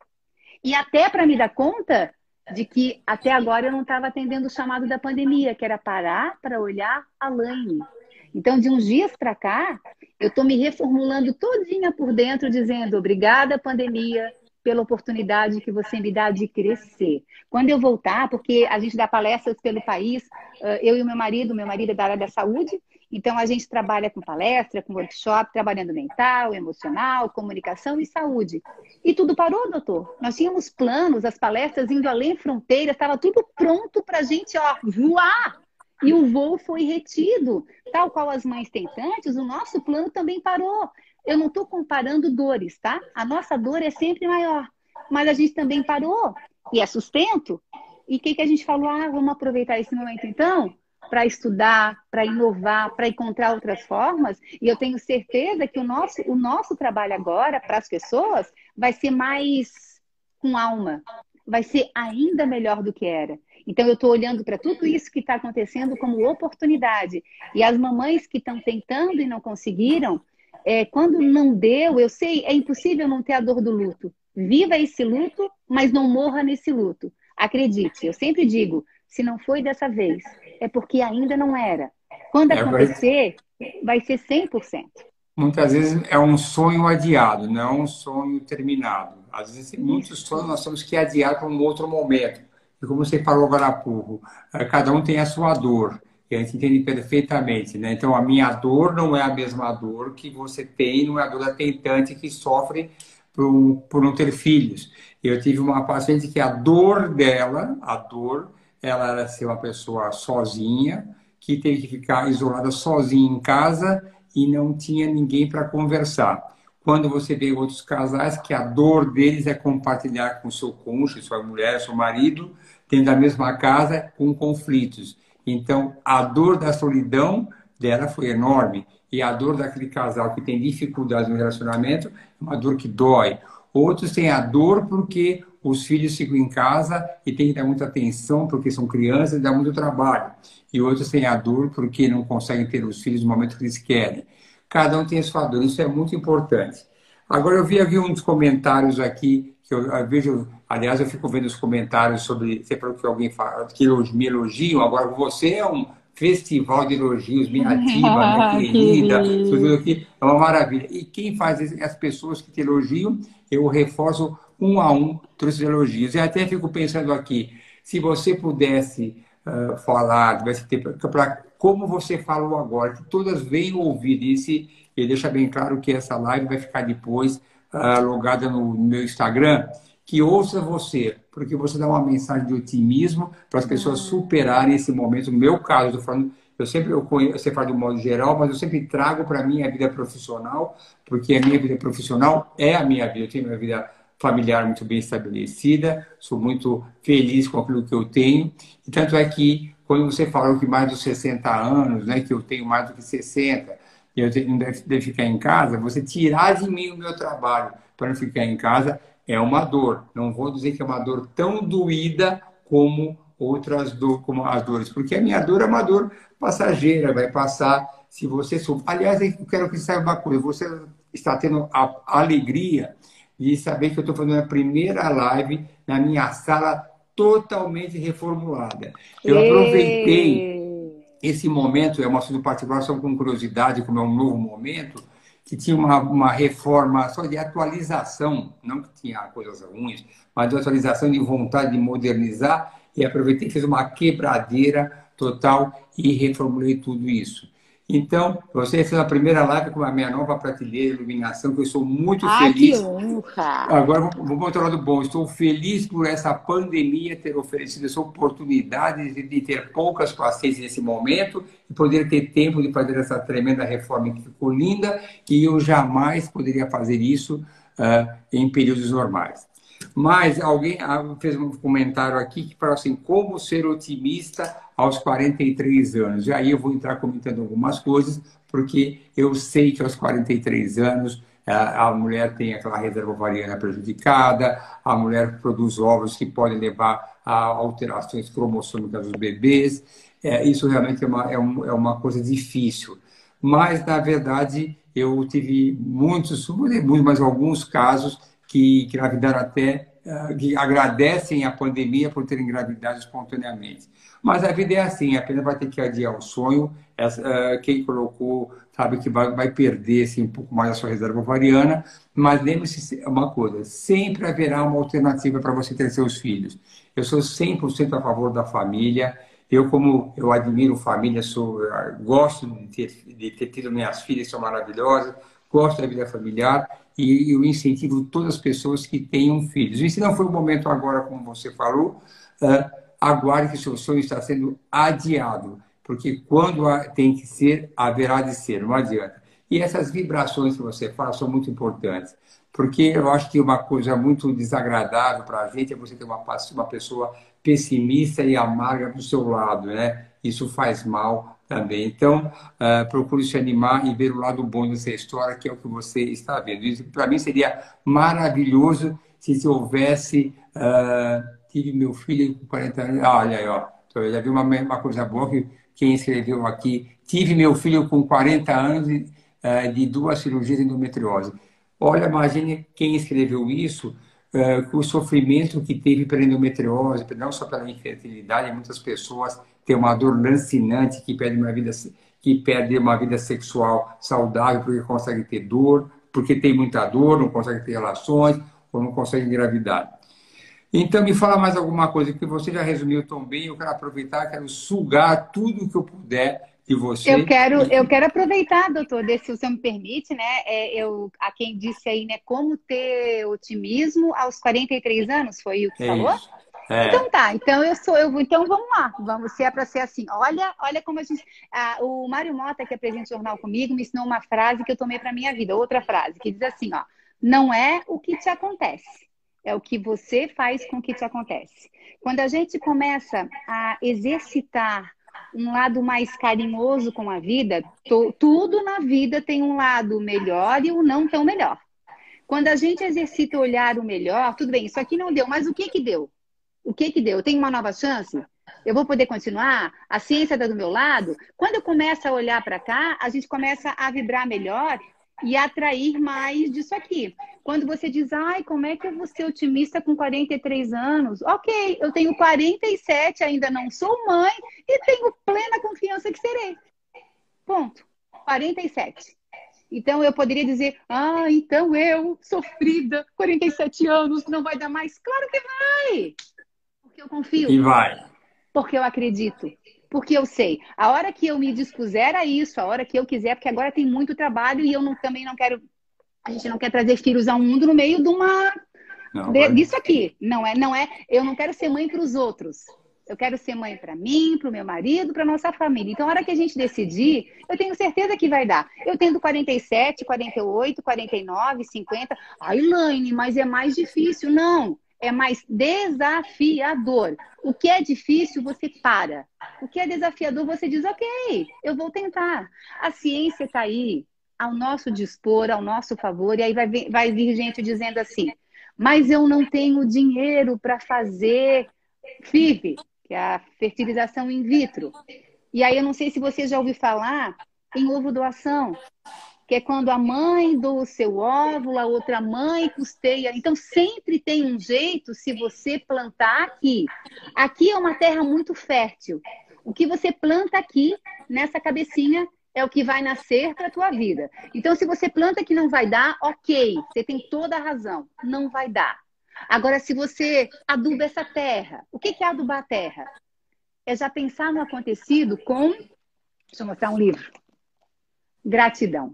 E até para me dar conta de que até agora eu não estava atendendo o chamado da pandemia, que era parar para olhar a Laine. Então, de uns dias para cá, eu estou me reformulando todinha por dentro, dizendo obrigada, pandemia, pela oportunidade que você me dá de crescer. Quando eu voltar, porque a gente dá palestras pelo país, eu e o meu marido é da área da saúde, então a gente trabalha com palestra, com workshop, trabalhando mental, emocional, comunicação e saúde. E tudo parou, doutor. Nós tínhamos planos, as palestras indo além fronteiras, estava tudo pronto para a gente voar. E o voo foi retido. Tal qual as mães tentantes, o nosso plano também parou. Eu não estou comparando dores, tá? A nossa dor é sempre maior. Mas a gente também parou. E é sustento. E o que a gente falou? Vamos aproveitar esse momento, então, para estudar, para inovar, para encontrar outras formas. E eu tenho certeza que o nosso trabalho agora, para as pessoas, vai ser mais com alma. Vai ser ainda melhor do que era. Então, eu estou olhando para tudo isso que está acontecendo como oportunidade. E as mamães que estão tentando e não conseguiram, quando não deu, eu sei, é impossível não ter a dor do luto. Viva esse luto, mas não morra nesse luto. Acredite, eu sempre digo, se não foi dessa vez, é porque ainda não era. Quando acontecer, vai ser 100%. Muitas vezes é um sonho adiado, não um sonho terminado. Às vezes, muitos sonhos nós temos que adiar para um outro momento. E como você falou agora há pouco, cada um tem a sua dor. E a gente entende perfeitamente, né? Então, a minha dor não é a mesma dor que você tem, não é a dor da tentante que sofre por não ter filhos. Eu tive uma paciente que a dor dela, ela era ser uma pessoa sozinha, que teve que ficar isolada sozinha em casa e não tinha ninguém para conversar. Quando você vê outros casais que a dor deles é compartilhar com seu cônjuge, sua mulher, seu marido, dentro da mesma casa, com conflitos. Então, a dor da solidão dela foi enorme. E a dor daquele casal que tem dificuldades no relacionamento é uma dor que dói. Outros têm a dor porque os filhos ficam em casa e tem que dar muita atenção porque são crianças e dá muito trabalho. E outros têm a dor porque não conseguem ter os filhos no momento que eles querem. Cada um tem a sua dor, isso é muito importante. Agora, eu vi aqui uns comentários aqui, que eu vejo, aliás, eu fico vendo os comentários sobre, você falou que alguém fala, que me elogiam, agora você é um festival de elogios, minha ativa, minha querida, isso tudo Querido. aqui é uma maravilha. E quem faz isso? As pessoas que te elogiam, eu reforço um a um todos os elogios. E até fico pensando aqui, se você pudesse falar, tivesse tempo, para como você falou agora, que todas venham ouvir isso, e deixa bem claro que essa live vai ficar depois logada no meu Instagram, que ouça você, porque você dá uma mensagem de otimismo para as pessoas superarem esse momento. No meu caso, eu tô falando, você fala de um modo geral, mas eu sempre trago para a minha vida profissional, porque a minha vida profissional é a minha vida. Eu tenho minha vida familiar muito bem estabelecida, sou muito feliz com aquilo que eu tenho. E tanto é que, quando você falou que mais dos 60 anos, né, que eu tenho mais do que 60, e eu não devo ficar em casa, você tirar de mim o meu trabalho para não ficar em casa é uma dor. Não vou dizer que é uma dor tão doída como como as dores, porque a minha dor é uma dor passageira, vai passar se você souber. Aliás, eu quero que saiba uma coisa, você está tendo a alegria de saber que eu estou fazendo a primeira live na minha sala totalmente reformulada. Eu aproveitei E... esse momento, é um assunto particular, só com curiosidade, como é um novo momento, que tinha uma reforma só de atualização, não que tinha coisas ruins, mas de atualização, de vontade de modernizar, e aproveitei e fiz uma quebradeira total e reformulei tudo isso. Então, você fez a primeira live com a minha nova prateleira de iluminação, que eu sou muito Ah, que feliz. honra! Agora, vou botar o lado bom. Estou feliz por essa pandemia ter oferecido essa oportunidade de ter poucas pacientes nesse momento e poder ter tempo de fazer essa tremenda reforma que ficou linda, e eu jamais poderia fazer isso em períodos normais. Mas alguém fez um comentário aqui que falou assim, como ser otimista aos 43 anos. E aí eu vou entrar comentando algumas coisas, porque eu sei que aos 43 anos a mulher tem aquela reserva ovariana prejudicada, a mulher produz ovos que podem levar a alterações cromossômicas dos bebês. Isso realmente é uma coisa difícil. Mas, na verdade, eu tive mas alguns casos que engravidaram até, que agradecem a pandemia por terem engravidado espontaneamente. Mas a vida é assim, apenas vai ter que adiar o sonho. Quem colocou sabe que vai perder assim, um pouco mais a sua reserva ovariana, mas lembre-se uma coisa, sempre haverá uma alternativa para você ter seus filhos. Eu sou 100% a favor da família. Como eu admiro família, gosto de ter tido minhas filhas, são maravilhosas, gosto da vida familiar e eu incentivo todas as pessoas que tenham filhos. E se não for o momento agora, como você falou, aguarde que seu sonho está sendo adiado, porque quando tem que ser, haverá de ser, não adianta. E essas vibrações que você fala são muito importantes, porque eu acho que uma coisa muito desagradável para a gente é você ter uma pessoa pessimista e amarga do seu lado, né? Isso faz mal também. Então, procure se animar e ver o lado bom dessa história, que é o que você está vendo. Isso, para mim, seria maravilhoso se houvesse... tive meu filho com 40 anos... olha aí, ó. Eu já vi uma coisa boa que quem escreveu aqui. Tive meu filho com 40 anos de 2 cirurgias de endometriose. Olha, imagine quem escreveu isso, com o sofrimento que teve pela endometriose, não só pela infertilidade, muitas pessoas têm uma dor lancinante que perde uma vida sexual saudável porque consegue ter dor, porque tem muita dor, não consegue ter relações ou não consegue engravidar. Então, me fala mais alguma coisa, que você já resumiu tão bem, eu quero aproveitar, quero sugar tudo que eu puder de você. Eu quero aproveitar, doutor, se você me permite, né? A quem disse aí, né? Como ter otimismo aos 43 anos, foi o que É falou? isso. Então tá, então vamos lá, se é para ser assim. Olha como a gente. O Mário Mota, que apresenta o jornal comigo, me ensinou uma frase que eu tomei para minha vida, outra frase, que diz assim, ó, não é o que te acontece, é o que você faz com o que te acontece. Quando a gente começa a exercitar um lado mais carinhoso com a vida, tudo na vida tem um lado melhor e um não tão melhor. Quando a gente exercita olhar o melhor, tudo bem, isso aqui não deu, mas o que que deu? O que que deu? Eu tenho uma nova chance? Eu vou poder continuar? A ciência está do meu lado? Quando eu começo a olhar para cá, a gente começa a vibrar melhor e atrair mais disso aqui. Quando você diz, ai, como é que eu vou ser otimista com 43 anos? Ok, eu tenho 47, ainda não sou mãe e tenho plena confiança que serei. Ponto. 47. Então eu poderia dizer, ah, então eu, sofrida, 47 anos, não vai dar mais? Claro que vai! Porque eu confio. E vai. Porque eu acredito. Porque eu sei. A hora que eu me dispuser a isso, a hora que eu quiser, porque agora tem muito trabalho e eu também não quero. A gente não quer trazer filhos ao mundo no meio de disso aqui. Não é. Eu não quero ser mãe para os outros. Eu quero ser mãe para mim, para o meu marido, para nossa família. Então, a hora que a gente decidir, eu tenho certeza que vai dar. Eu tendo 47, 48, 49, 50. Ai, Elaine, mas é mais difícil. Não, é mais desafiador. O que é difícil, você para. O que é desafiador, você diz, ok, eu vou tentar. A ciência está aí, ao nosso dispor, ao nosso favor, e aí vai vir gente dizendo assim, mas eu não tenho dinheiro para fazer FIV, que é a fertilização in vitro. E aí eu não sei se você já ouviu falar em ovo doação, que é quando a mãe doa o seu óvulo, a outra mãe custeia. Então sempre tem um jeito se você plantar aqui. Aqui é uma terra muito fértil. O que você planta aqui, nessa cabecinha, é o que vai nascer para a tua vida. Então se você planta que não vai dar, ok, você tem toda a razão, não vai dar. Agora, se você aduba essa terra, o que é adubar a terra? É já pensar no acontecido com... Deixa eu mostrar um livro. Gratidão.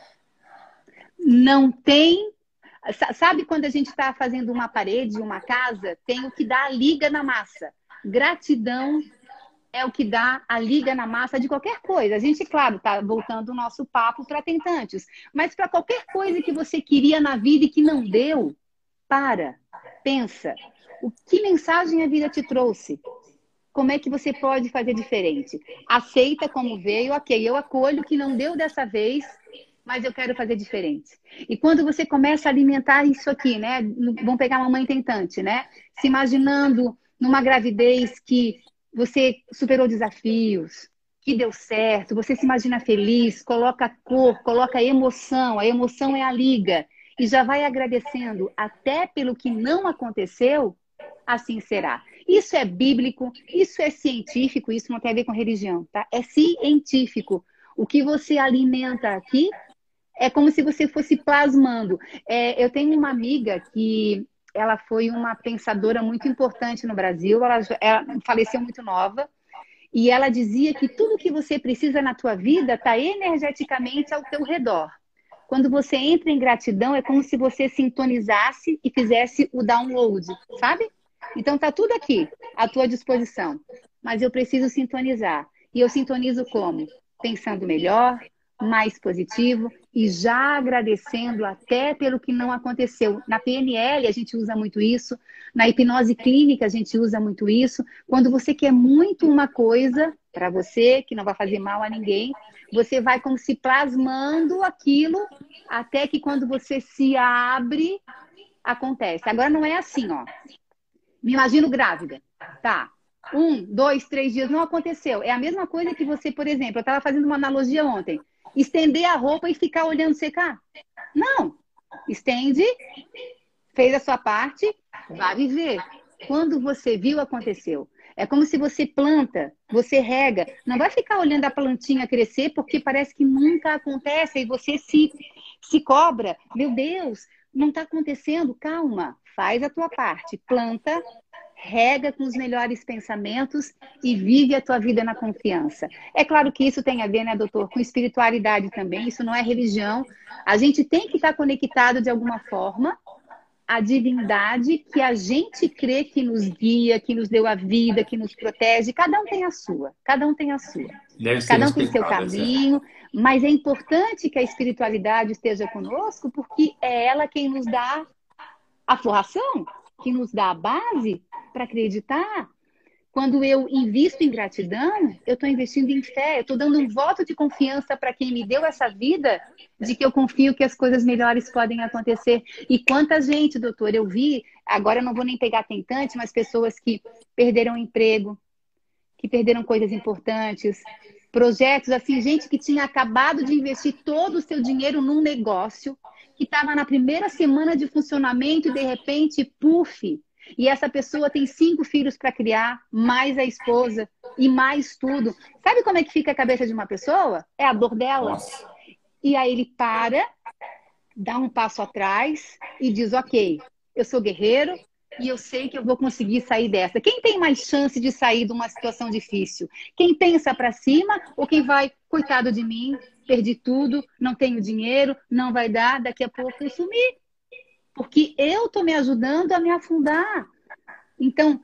Não tem... Sabe quando a gente está fazendo uma parede, uma casa, tem o que dá a liga na massa. Gratidão é o que dá a liga na massa de qualquer coisa. A gente, claro, está voltando o nosso papo para tentantes. Mas para qualquer coisa que você queria na vida e que não deu, pensa. Que mensagem a vida te trouxe? Como é que você pode fazer diferente? Aceita como veio, ok, eu acolho que não deu dessa vez, mas eu quero fazer diferente. E quando você começa a alimentar isso aqui, né? Vamos pegar uma mãe tentante, né? Se imaginando numa gravidez que você superou desafios, que deu certo, você se imagina feliz, coloca cor, coloca emoção, a emoção é a liga, e já vai agradecendo até pelo que não aconteceu, assim será. Isso é bíblico, isso é científico, isso não tem a ver com religião, tá? É científico. O que você alimenta aqui é como se você fosse plasmando. Eu tenho uma amiga que ela foi uma pensadora muito importante no Brasil, ela faleceu muito nova, e ela dizia que tudo que você precisa na tua vida está energeticamente ao teu redor. Quando você entra em gratidão, é como se você sintonizasse e fizesse o download, sabe? Então tá tudo aqui, à tua disposição. Mas eu preciso sintonizar. E eu sintonizo como? Pensando melhor, mais positivo e já agradecendo até pelo que não aconteceu. Na PNL a gente usa muito isso, na hipnose clínica a gente usa muito isso. Quando você quer muito uma coisa para você, que não vai fazer mal a ninguém, você vai como se plasmando aquilo até que quando você se abre, acontece. Agora não é assim, ó. Me imagino grávida, tá? 1, 2, 3 dias não aconteceu. É a mesma coisa que você, por exemplo, eu estava fazendo uma analogia ontem. Estender a roupa e ficar olhando secar? Não. Estende, fez a sua parte, vá viver. Quando você viu, aconteceu. É como se você planta, você rega. Não vai ficar olhando a plantinha crescer porque parece que nunca acontece e você se cobra. Meu Deus, não está acontecendo. Calma, faz a tua parte. Planta, rega com os melhores pensamentos e vive a tua vida na confiança. É claro que isso tem a ver, né, doutor, com espiritualidade também, isso não é religião. A gente tem que estar conectado de alguma forma à divindade que a gente crê que nos guia, que nos deu a vida, que nos protege. Cada um tem a sua, cada um tem a sua. Cada um tem seu caminho, mas é importante que a espiritualidade esteja conosco porque é ela quem nos dá a forração, que nos dá a base para acreditar. Quando eu invisto em gratidão, eu estou investindo em fé, eu estou dando um voto de confiança para quem me deu essa vida, de que eu confio que as coisas melhores podem acontecer. E quanta gente, doutor, eu vi, agora eu não vou nem pegar tentante, mas pessoas que perderam emprego, que perderam coisas importantes, Projetos assim, gente que tinha acabado de investir todo o seu dinheiro num negócio, que estava na primeira semana de funcionamento e de repente, puf! E essa pessoa tem 5 filhos para criar, mais a esposa e mais tudo. Sabe como é que fica a cabeça de uma pessoa? É a dor dela. Nossa. E aí ele para, dá um passo atrás e diz, ok, eu sou guerreiro e eu sei que eu vou conseguir sair dessa. Quem tem mais chance de sair de uma situação difícil? Quem pensa para cima ou quem vai, coitado de mim, perdi tudo, não tenho dinheiro, não vai dar, daqui a pouco eu sumi. Porque eu estou me ajudando a me afundar. Então,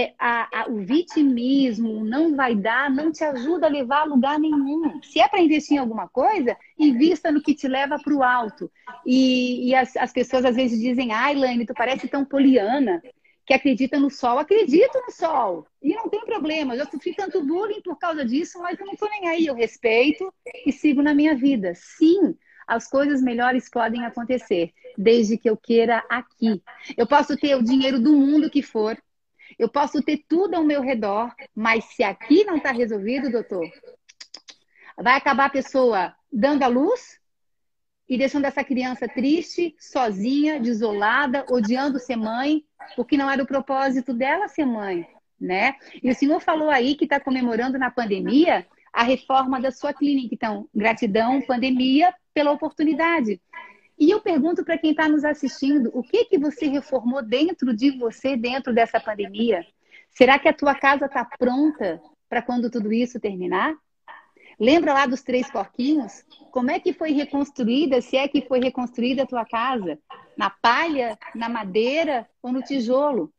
o vitimismo, não vai dar, não te ajuda a levar a lugar nenhum. Se é para investir em alguma coisa, invista no que te leva para o alto. E as pessoas às vezes dizem, ai, Elaine, tu parece tão poliana, que acredita no sol. Acredito no sol. E não tem problema. Eu já sofri tanto bullying por causa disso, mas eu não estou nem aí. Eu respeito e sigo na minha vida. Sim, as coisas melhores podem acontecer, desde que eu queira aqui. Eu posso ter o dinheiro do mundo que for, eu posso ter tudo ao meu redor, mas se aqui não está resolvido, doutor, vai acabar a pessoa dando a luz e deixando essa criança triste, sozinha, desolada, odiando ser mãe, porque não era o propósito dela ser mãe, né? E o senhor falou aí que está comemorando na pandemia a reforma da sua clínica. Então, gratidão, pandemia, pela oportunidade. E eu pergunto para quem está nos assistindo, o que você reformou dentro de você, dentro dessa pandemia? Será que a tua casa está pronta para quando tudo isso terminar? Lembra lá dos 3 porquinhos? Como é que foi reconstruída, se é que foi reconstruída a tua casa? Na palha, na madeira ou no tijolo?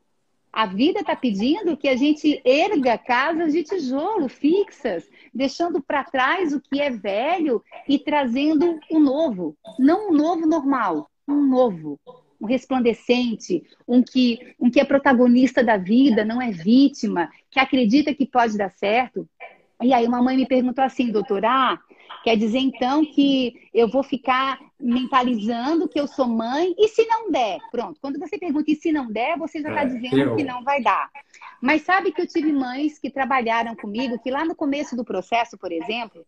A vida está pedindo que a gente erga casas de tijolo fixas, deixando para trás o que é velho e trazendo o novo. Não um novo normal, um novo, um resplandecente, um que é protagonista da vida, não é vítima, que acredita que pode dar certo. E aí uma mãe me perguntou assim, doutora, quer dizer então que eu vou ficar mentalizando que eu sou mãe e se não der? Pronto, quando você pergunta e se não der, você já está dizendo que não vai dar. Mas sabe que eu tive mães que trabalharam comigo, que lá no começo do processo, por exemplo,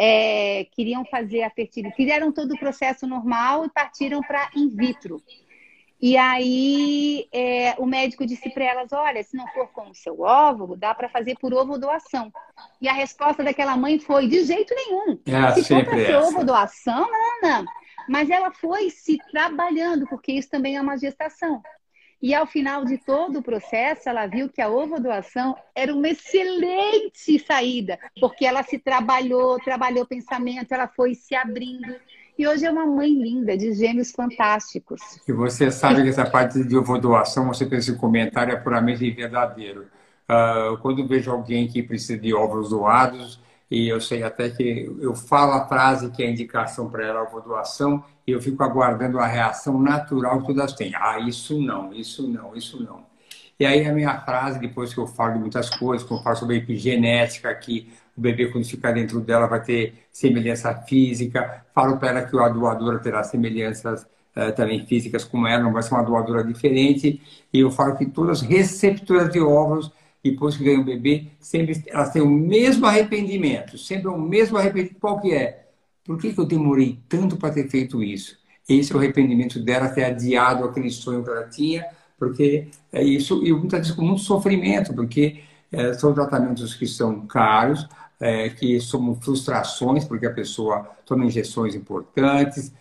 queriam fazer a fertilidade, fizeram todo o processo normal e partiram para in vitro. E aí o médico disse para elas, olha, se não for com o seu óvulo, dá para fazer por ovo doação. E a resposta daquela mãe foi, de jeito nenhum. Se for para ser ovo doação, não. Mas ela foi se trabalhando, porque isso também é uma gestação. E ao final de todo o processo, ela viu que a ovo doação era uma excelente saída, porque ela se trabalhou pensamento, ela foi se abrindo. E hoje é uma mãe linda, de gêmeos fantásticos. E você sabe que essa parte de ovodoação, você fez esse comentário, é puramente verdadeiro. Quando vejo alguém que precisa de óvulos doados, e eu sei até que eu falo a frase que é a indicação para ela, a ovodoação, e eu fico aguardando a reação natural que todas têm. Ah, isso não, isso não, isso não. E aí a minha frase, depois que eu falo de muitas coisas, como eu falo sobre epigenética, que o bebê, quando ficar dentro dela, vai ter semelhança física. Falo para ela que a doadora terá semelhanças também físicas como ela, não vai ser uma doadora diferente. E eu falo que todas as receptoras de óvulos, depois que ganham o bebê, sempre elas têm o mesmo arrependimento. Sempre o mesmo arrependimento. Qual que é? Por que eu demorei tanto para ter feito isso? Esse é o arrependimento dela, ter adiado aquele sonho que ela tinha, porque é isso, e muitas vezes com muito sofrimento, porque são tratamentos que são caros, que são frustrações, porque a pessoa toma injeções importantes,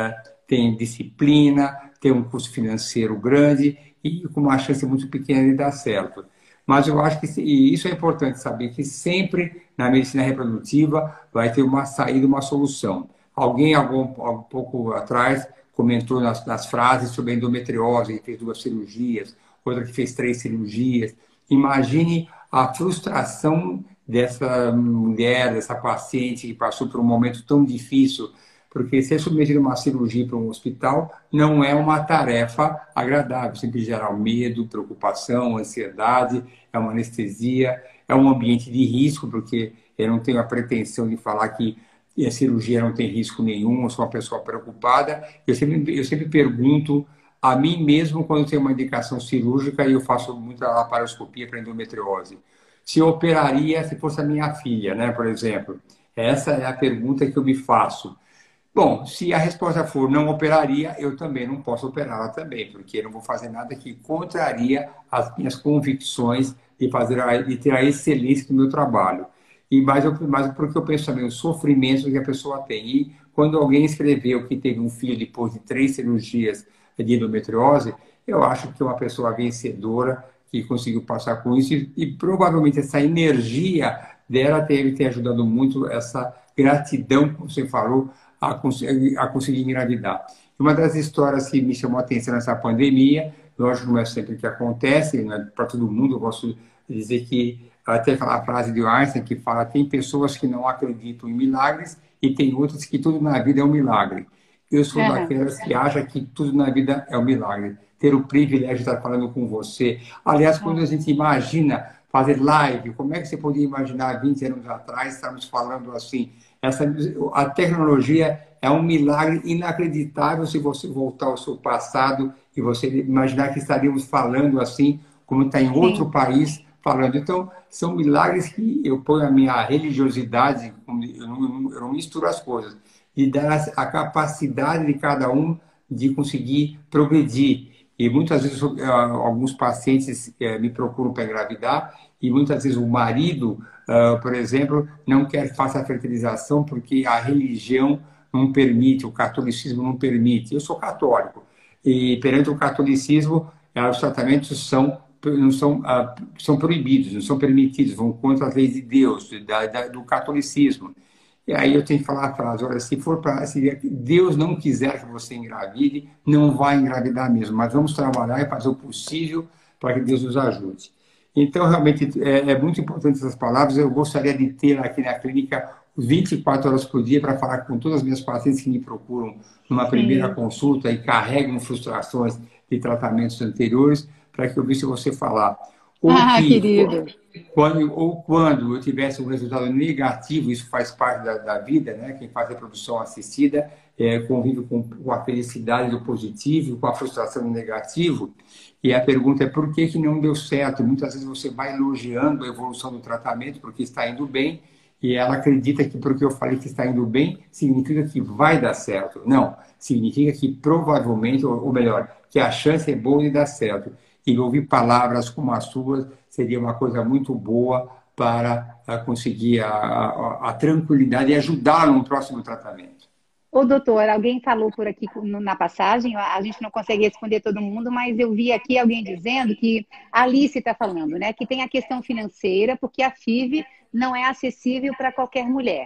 tem disciplina, tem um custo financeiro grande e com uma chance muito pequena de dar certo. Mas eu acho que e isso é importante saber, que sempre na medicina reprodutiva vai ter uma saída, uma solução. Alguém, algum pouco atrás, comentou nas frases sobre a endometriose, que fez 2 cirurgias, outra que fez 3 cirurgias. Imagine a frustração dessa mulher, dessa paciente que passou por um momento tão difícil, porque ser submetido a uma cirurgia para um hospital não é uma tarefa agradável, sempre gera medo, preocupação, ansiedade, é uma anestesia, é um ambiente de risco, porque eu não tenho a pretensão de falar que a cirurgia não tem risco nenhum, eu sou uma pessoa preocupada. Eu sempre pergunto a mim mesmo quando tenho uma indicação cirúrgica e eu faço muita laparoscopia para endometriose. se eu operaria se fosse a minha filha, né, por exemplo? Essa é a pergunta que eu me faço. Bom, se a resposta for não operaria, eu também não posso operá-la também, porque eu não vou fazer nada que contraria as minhas convicções de fazer de ter a excelência do meu trabalho. Mas porque eu penso também os sofrimentos que a pessoa tem. E quando alguém escreveu que teve um filho depois de 3 cirurgias de endometriose, eu acho que é uma pessoa vencedora que conseguiu passar com isso e provavelmente essa energia dela deve ter ajudado muito essa gratidão, como você falou, a conseguir engravidar. Uma das histórias que me chamou a atenção nessa pandemia, lógico, não é sempre que acontece, né, para todo mundo, eu gosto de dizer que até aquela frase de Einstein que fala tem pessoas que não acreditam em milagres e tem outras que tudo na vida é um milagre. Eu sou Aham. daquelas que acha que tudo na vida é um milagre. Ter o privilégio de estar falando com você. Aliás, quando a gente imagina fazer live, como é que você podia imaginar 20 anos atrás, estamos falando assim? A tecnologia é um milagre inacreditável se você voltar ao seu passado e você imaginar que estaríamos falando assim, como está em outro Sim, país falando. Então, são milagres que eu ponho a minha religiosidade, eu não misturo as coisas, e dar a capacidade de cada um de conseguir progredir. E muitas vezes alguns pacientes me procuram para engravidar e muitas vezes o marido, por exemplo, não quer que faça a fertilização porque a religião não permite, o catolicismo não permite. Eu sou católico e perante o catolicismo, os tratamentos não são, são proibidos, não são permitidos, vão contra as leis de Deus, do catolicismo. E aí eu tenho que falar a frase, olha, se Deus não quiser que você engravide, não vai engravidar mesmo, mas vamos trabalhar e fazer o possível para que Deus nos ajude. Então, realmente, é muito importante essas palavras. Eu gostaria de ter aqui na clínica 24 horas por dia para falar com todas as minhas pacientes que me procuram numa primeira sim. consulta e carregam frustrações de tratamentos anteriores, para que eu visse você falar. Ou Ah, que querido. quando eu tivesse um resultado negativo, isso faz parte da vida, né? Quem faz reprodução assistida convive com a felicidade do positivo, com a frustração do negativo. E a pergunta é por que não deu certo? Muitas vezes você vai elogiando a evolução do tratamento porque está indo bem, e ela acredita que porque eu falei que está indo bem, significa que vai dar certo. Não, significa que provavelmente, ou melhor, que a chance é boa de dar certo. E ouvir palavras como as suas seria uma coisa muito boa para conseguir a tranquilidade e ajudar no próximo tratamento. Ô, doutor, alguém falou por aqui na passagem, a gente não consegue responder todo mundo, mas eu vi aqui alguém dizendo que a Alice está falando, né? Que tem a questão financeira, porque a FIV não é acessível para qualquer mulher.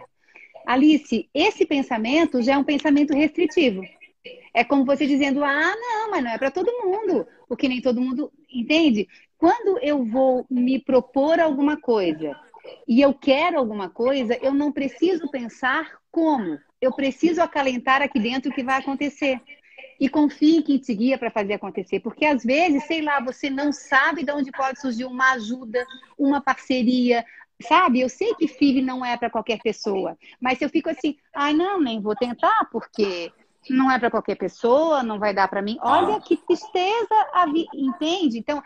Alice, esse pensamento já é um pensamento restritivo. É como você dizendo, ah, não, mas não é para todo mundo, porque nem todo mundo entende. Quando eu vou me propor alguma coisa e eu quero alguma coisa, eu não preciso pensar como. Eu preciso acalentar aqui dentro o que vai acontecer. E confie em quem te guia para fazer acontecer. Porque às vezes, sei lá, você não sabe de onde pode surgir uma ajuda, uma parceria. Sabe, eu sei que filho não é para qualquer pessoa, mas se eu fico assim, ai, não, nem vou tentar, porque não é para qualquer pessoa, não vai dar para mim. Olha Ah, que tristeza, entende? Então,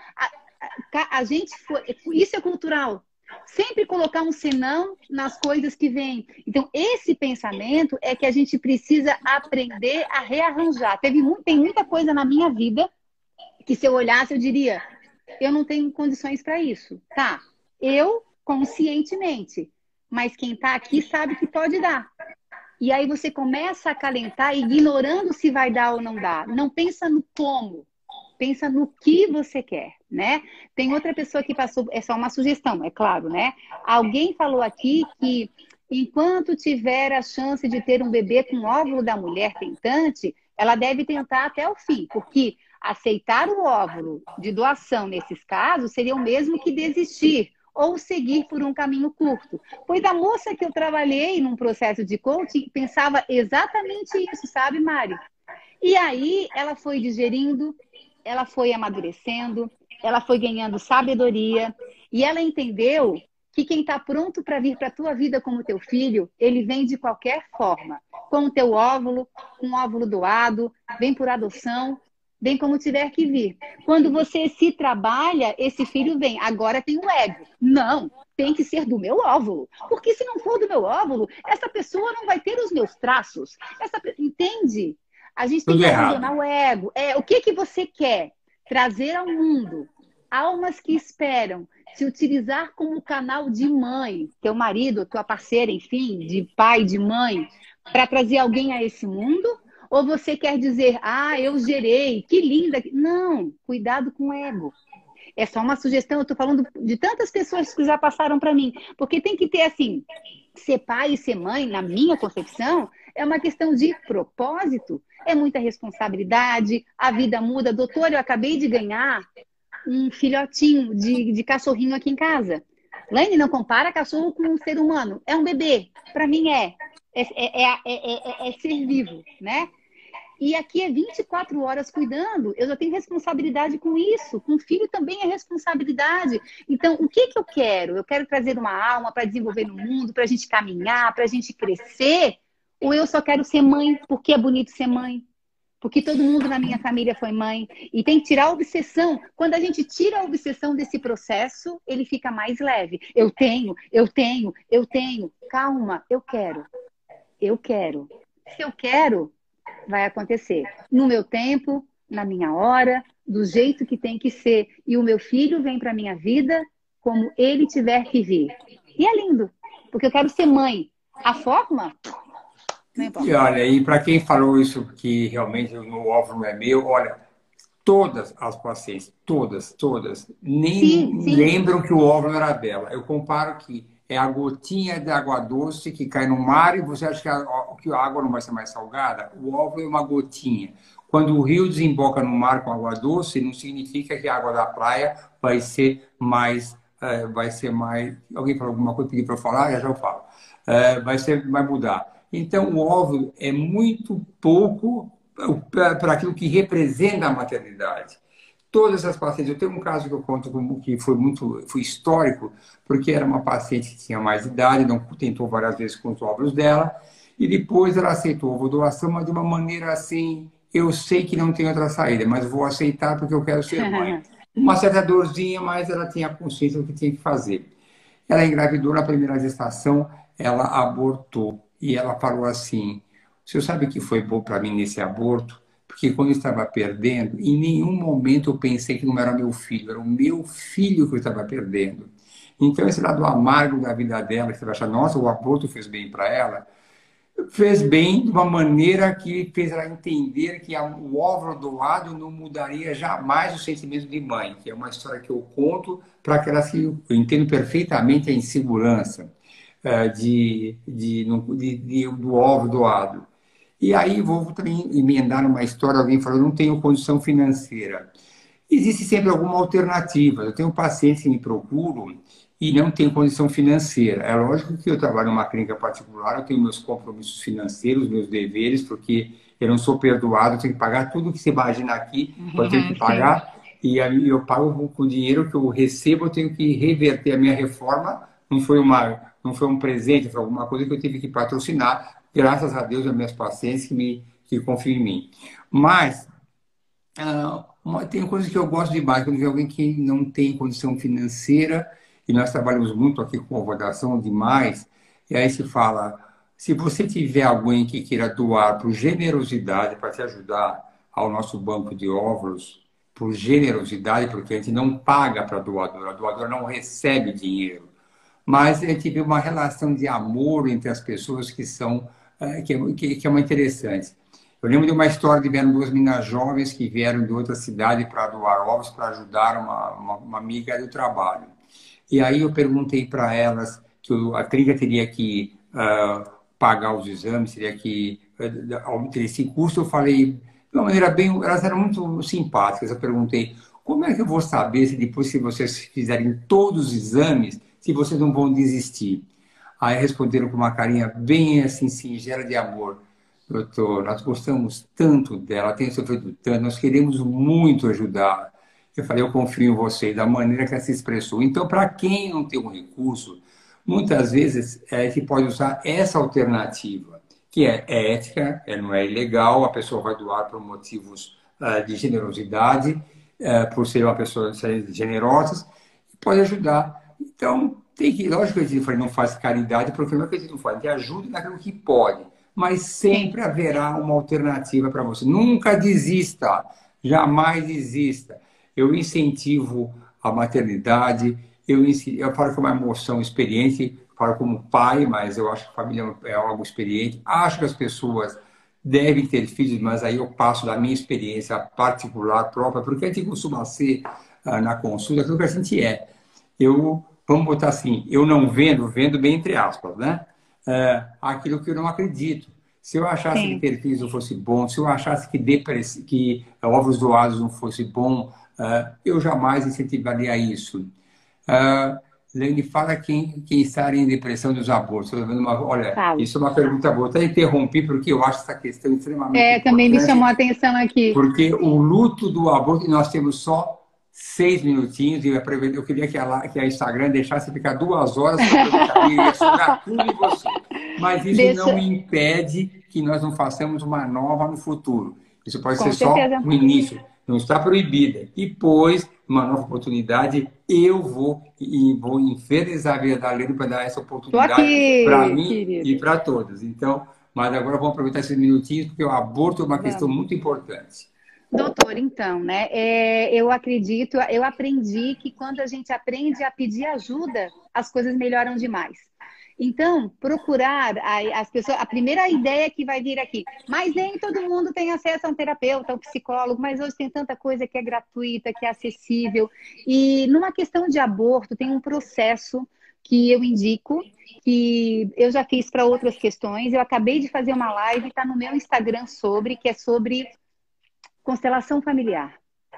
a gente foi, isso é cultural. Sempre colocar um senão nas coisas que vêm. Então, esse pensamento é que a gente precisa aprender a rearranjar. Tem muita coisa na minha vida que, se eu olhasse, eu diria: eu não tenho condições para isso. Tá, eu conscientemente, mas quem está aqui sabe que pode dar. E aí você começa a acalentar, ignorando se vai dar ou não dar. Não pensa no como, pensa no que você quer, né? Tem outra pessoa que passou, é só uma sugestão, é claro, né? Alguém falou aqui que enquanto tiver a chance de ter um bebê com o óvulo da mulher tentante, ela deve tentar até o fim, porque aceitar o óvulo de doação nesses casos seria o mesmo que desistir ou seguir por um caminho curto. Pois a moça que eu trabalhei num processo de coaching pensava exatamente isso, sabe, Mari? E aí ela foi digerindo, ela foi amadurecendo, ela foi ganhando sabedoria e ela entendeu que quem está pronto para vir para a tua vida como teu filho, ele vem de qualquer forma, com o teu óvulo, com o óvulo doado, vem por adoção. vem como tiver que vir. Quando você se trabalha, esse filho vem. Agora tem o ego. Não, tem que ser do meu óvulo. Porque se não for do meu óvulo, essa pessoa não vai ter os meus traços. Entende? A gente tem Tudo que errado. abandonar o ego. O que você quer trazer ao mundo? Almas que esperam se utilizar como canal de mãe, teu marido, tua parceira, enfim, de pai, de mãe, para trazer alguém a esse mundo? Ou você quer dizer, eu gerei, que linda. Não, cuidado com o ego. É só uma sugestão, eu estou falando de tantas pessoas que já passaram para mim. Porque tem que ter, assim, ser pai e ser mãe, na minha concepção, é uma questão de propósito, é muita responsabilidade, a vida muda. Doutor, eu acabei de ganhar um filhotinho de cachorrinho aqui em casa. Laine, não compara cachorro com um ser humano. É um bebê. Para mim é ser vivo, né? E aqui é 24 horas cuidando. Eu já tenho responsabilidade com isso. Com o filho também é responsabilidade. Então, o que eu quero? Eu quero trazer uma alma para desenvolver no mundo, para a gente caminhar, para a gente crescer? Ou eu só quero ser mãe porque é bonito ser mãe? Porque todo mundo na minha família foi mãe. E tem que tirar a obsessão. Quando a gente tira a obsessão desse processo, ele fica mais leve. Eu tenho. Calma, eu quero. Se eu quero, vai acontecer. No meu tempo, na minha hora, do jeito que tem que ser. E o meu filho vem para a minha vida como ele tiver que vir. E é lindo, porque eu quero ser mãe. A forma... E olha, e para quem falou isso que realmente o meu óvulo não é meu, olha, todas as pacientes, todas, nem Sim. lembram que o óvulo era dela. Eu comparo que é a gotinha de água doce que cai no mar e você acha que a água não vai ser mais salgada? O óvulo é uma gotinha. Quando o rio desemboca no mar com água doce, não significa que a água da praia vai ser mais... Alguém falou alguma coisa, pediu para eu falar, já eu falo. Vai mudar. Então, o óvulo é muito pouco para aquilo que representa a maternidade. Todas as pacientes, eu tenho um caso que eu conto que foi histórico, porque era uma paciente que tinha mais idade, não tentou várias vezes com os óvulos dela, e depois ela aceitou a ovodoação, mas de uma maneira assim, eu sei que não tem outra saída, mas vou aceitar porque eu quero ser mãe. Uma certa dorzinha, mas ela tinha consciência do que tinha que fazer. Ela engravidou na primeira gestação, ela abortou. E ela falou assim, o senhor sabe o que foi bom para mim nesse aborto? Porque quando eu estava perdendo, em nenhum momento eu pensei que não era meu filho, era o meu filho que eu estava perdendo. Então, esse lado amargo da vida dela, que você vai achar, nossa, o aborto fez bem para ela, fez bem de uma maneira que fez ela entender que o óvulo doado não mudaria jamais o sentimento de mãe, que é uma história que eu conto para que ela se... Eu entendo perfeitamente a insegurança do óvulo doado. E aí vou também emendar numa história, alguém falou, não tenho condição financeira. Existe sempre alguma alternativa. Eu tenho pacientes que me procuram e não tenho condição financeira. É lógico que eu trabalho numa clínica particular, eu tenho meus compromissos financeiros, meus deveres, porque eu não sou perdoado, eu tenho que pagar tudo que você imagina aqui, eu tenho que pagar, e aí eu pago com o dinheiro que eu recebo, eu tenho que reverter a minha reforma. Não foi um presente, foi alguma coisa que eu tive que patrocinar, graças a Deus, as minhas pacientes que confiam em mim. Mas tem coisas que eu gosto demais, quando vê alguém que não tem condição financeira, e nós trabalhamos muito aqui com avaliação demais, e aí se fala, se você tiver alguém que queira doar por generosidade para te ajudar ao nosso banco de óvulos, por generosidade, porque a gente não paga para a doadora não recebe dinheiro, mas a gente vê uma relação de amor entre as pessoas que é uma interessante. Eu lembro de uma história de vieram duas meninas jovens que vieram de outra cidade para doar ovos para ajudar uma amiga do trabalho. E aí eu perguntei para elas que a clínica teria que pagar os exames, teria que ter esse custo. Eu falei, de uma maneira bem... Elas eram muito simpáticas. Eu perguntei, como é que eu vou saber se depois que vocês fizerem todos os exames, se vocês não vão desistir? Aí responderam com uma carinha bem assim, singela de amor. Doutor, nós gostamos tanto dela, tem sofrido tanto, nós queremos muito ajudar. Eu falei, eu confio em você, da maneira que ela se expressou. Então, para quem não tem um recurso, muitas vezes a gente pode usar essa alternativa, que é ética, não é ilegal, a pessoa vai doar por motivos de generosidade, por ser uma pessoa generosa, e pode ajudar. Então, tem que, lógico que a gente não faz caridade, porque não é que a gente não faz, a gente ajuda naquilo que pode, mas Sim, sempre haverá uma alternativa para você. Nunca desista, jamais desista. Eu incentivo a maternidade, eu falo com uma emoção experiente, falo como pai, mas eu acho que a família é algo experiente. Acho que as pessoas devem ter filhos, mas aí eu passo da minha experiência particular própria, porque a gente costuma ser, na consulta, aquilo que a gente é. Vamos botar assim, eu não vendo bem entre aspas, né? Aquilo que eu não acredito. Se eu achasse que sim. ter filhos não fosse bom, se eu achasse que ovos doados não fosse bom, eu jamais incentivaria isso. Uh, Lene, fala quem está em depressão dos abortos. Olha, Falo. isso é uma pergunta boa. Até interrompi porque eu acho essa questão extremamente Também me importante, chamou a atenção aqui. porque o luto do aborto, nós temos só 6 minutinhos, e eu queria que a Instagram deixasse ficar 2 horas para aproveitar. E ia sugar tudo em você. Mas isso não Deixa, impede que nós não façamos uma nova no futuro. Isso pode ser com só certeza. no início. Não está proibida. Depois, uma nova oportunidade, eu vou infernizar a vida da Lene para dar essa Tô oportunidade para aqui, mim e querido. para todos. Então, mas agora vamos aproveitar esses minutinhos, porque o aborto é uma questão Vamos. muito importante. Doutor, então, né? Eu acredito, eu aprendi que quando a gente aprende a pedir ajuda, as coisas melhoram demais. Então, procurar as pessoas, a primeira ideia que vai vir aqui, mas nem todo mundo tem acesso a um terapeuta, a um psicólogo, mas hoje tem tanta coisa que é gratuita, que é acessível. E numa questão de aborto, tem um processo que eu indico, que eu já fiz para outras questões. Eu acabei de fazer uma live, está no meu Instagram que é sobre constelação familiar.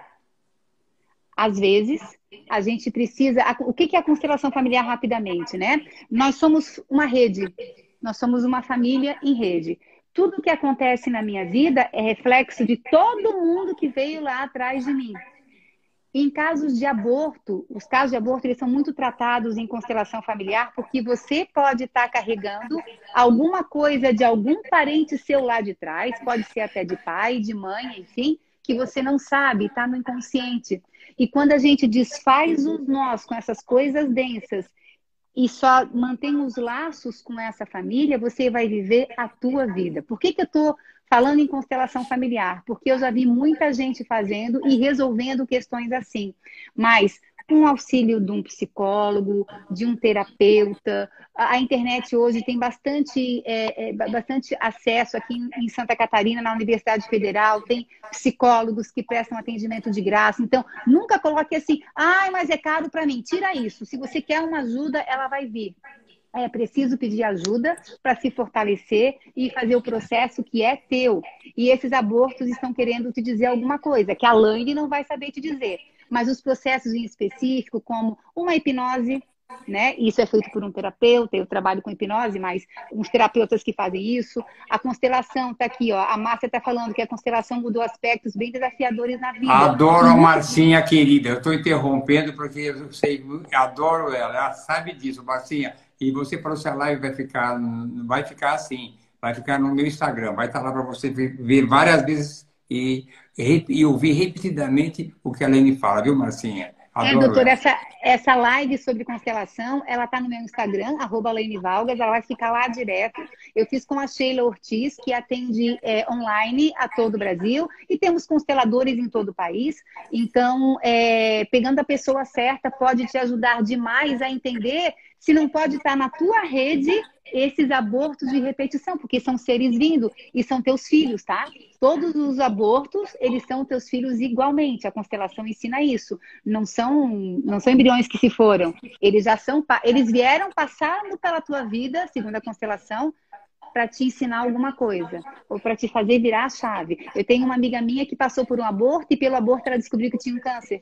Às vezes, a gente precisa. O que é a constelação familiar rapidamente, né? Nós somos uma rede, nós somos uma família em rede. Tudo que acontece na minha vida é reflexo de todo mundo que veio lá atrás de mim. Em casos de aborto, os casos de aborto eles são muito tratados em constelação familiar porque você pode estar carregando alguma coisa de algum parente seu lá de trás, pode ser até de pai, de mãe, enfim, que você não sabe, está no inconsciente. E quando a gente desfaz os nós com essas coisas densas e só mantém os laços com essa família, você vai viver a tua vida. Por que eu estou falando em constelação familiar? Porque eu já vi muita gente fazendo e resolvendo questões assim. Mas com o auxílio de um psicólogo, de um terapeuta, a internet hoje tem bastante acesso aqui em Santa Catarina, na Universidade Federal, tem psicólogos que prestam atendimento de graça. Então, nunca coloque assim, mas é caro para mim. Tira isso. Se você quer uma ajuda, ela vai vir. É preciso pedir ajuda para se fortalecer e fazer o processo que é teu. E esses abortos estão querendo te dizer alguma coisa, que a Laine não vai saber te dizer. Mas os processos em específico, como uma hipnose, né? Isso é feito por um terapeuta, eu trabalho com hipnose, mas uns terapeutas que fazem isso. A constelação está aqui, ó. A Márcia está falando que a constelação mudou aspectos bem desafiadores na vida. Adoro a Marcinha querida. Eu estou interrompendo porque eu sei, adoro ela. Ela sabe disso, Marcinha. E você falou se a live vai ficar assim, vai ficar no meu Instagram, vai estar lá para você ver várias vezes e ouvir repetidamente o que a Lene fala, viu, Marcinha? Adoro Doutora, ela. essa live sobre constelação, ela tá no meu Instagram, @LaineValgas, ela vai ficar lá direto. Eu fiz com a Sheila Ortiz, que atende online a todo o Brasil, e temos consteladores em todo o país. Então, pegando a pessoa certa, pode te ajudar demais a entender se não pode estar na tua rede esses abortos de repetição, porque são seres vindo e são teus filhos, tá? Todos os abortos, eles são teus filhos igualmente. A constelação ensina isso. Não são embriões que se foram. Eles vieram passando pela tua vida, segundo a constelação, para te ensinar alguma coisa, ou para te fazer virar a chave. Eu tenho uma amiga minha que passou por um aborto e pelo aborto ela descobriu que tinha um câncer.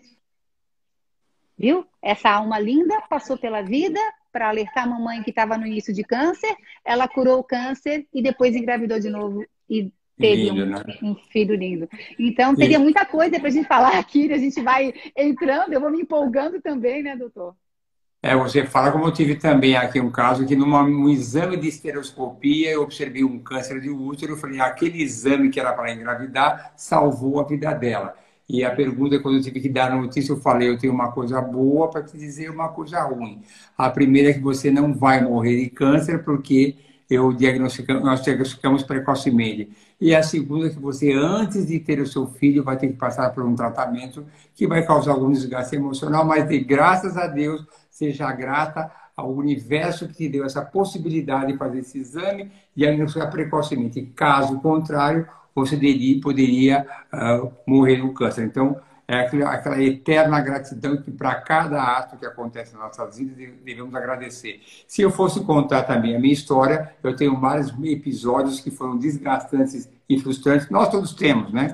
Viu? Essa alma linda passou pela vida para alertar a mamãe que estava no início de câncer, ela curou o câncer e depois engravidou de novo e teve Lindo, né? um filho lindo. Então, teria E, muita coisa para a gente falar aqui, a gente vai entrando, eu vou me empolgando também, né, doutor? Você fala como eu tive também aqui um caso que num exame de estereoscopia eu observei um câncer de útero, eu falei, aquele exame que era para engravidar salvou a vida dela. E a pergunta, quando eu tive que dar a notícia, eu falei, eu tenho uma coisa boa para te dizer uma coisa ruim. A primeira é que você não vai morrer de câncer porque nós diagnosticamos precocemente. E a segunda é que você, antes de ter o seu filho, vai ter que passar por um tratamento que vai causar algum desgaste emocional, mas graças a Deus, seja grata ao universo que te deu essa possibilidade de fazer esse exame e diagnosticar precocemente. Caso contrário, você poderia morrer do câncer. Então, é aquela eterna gratidão que para cada ato que acontece nas nossas vidas devemos agradecer. Se eu fosse contar também a minha história, eu tenho vários episódios que foram desgastantes e frustrantes. Nós todos temos, né?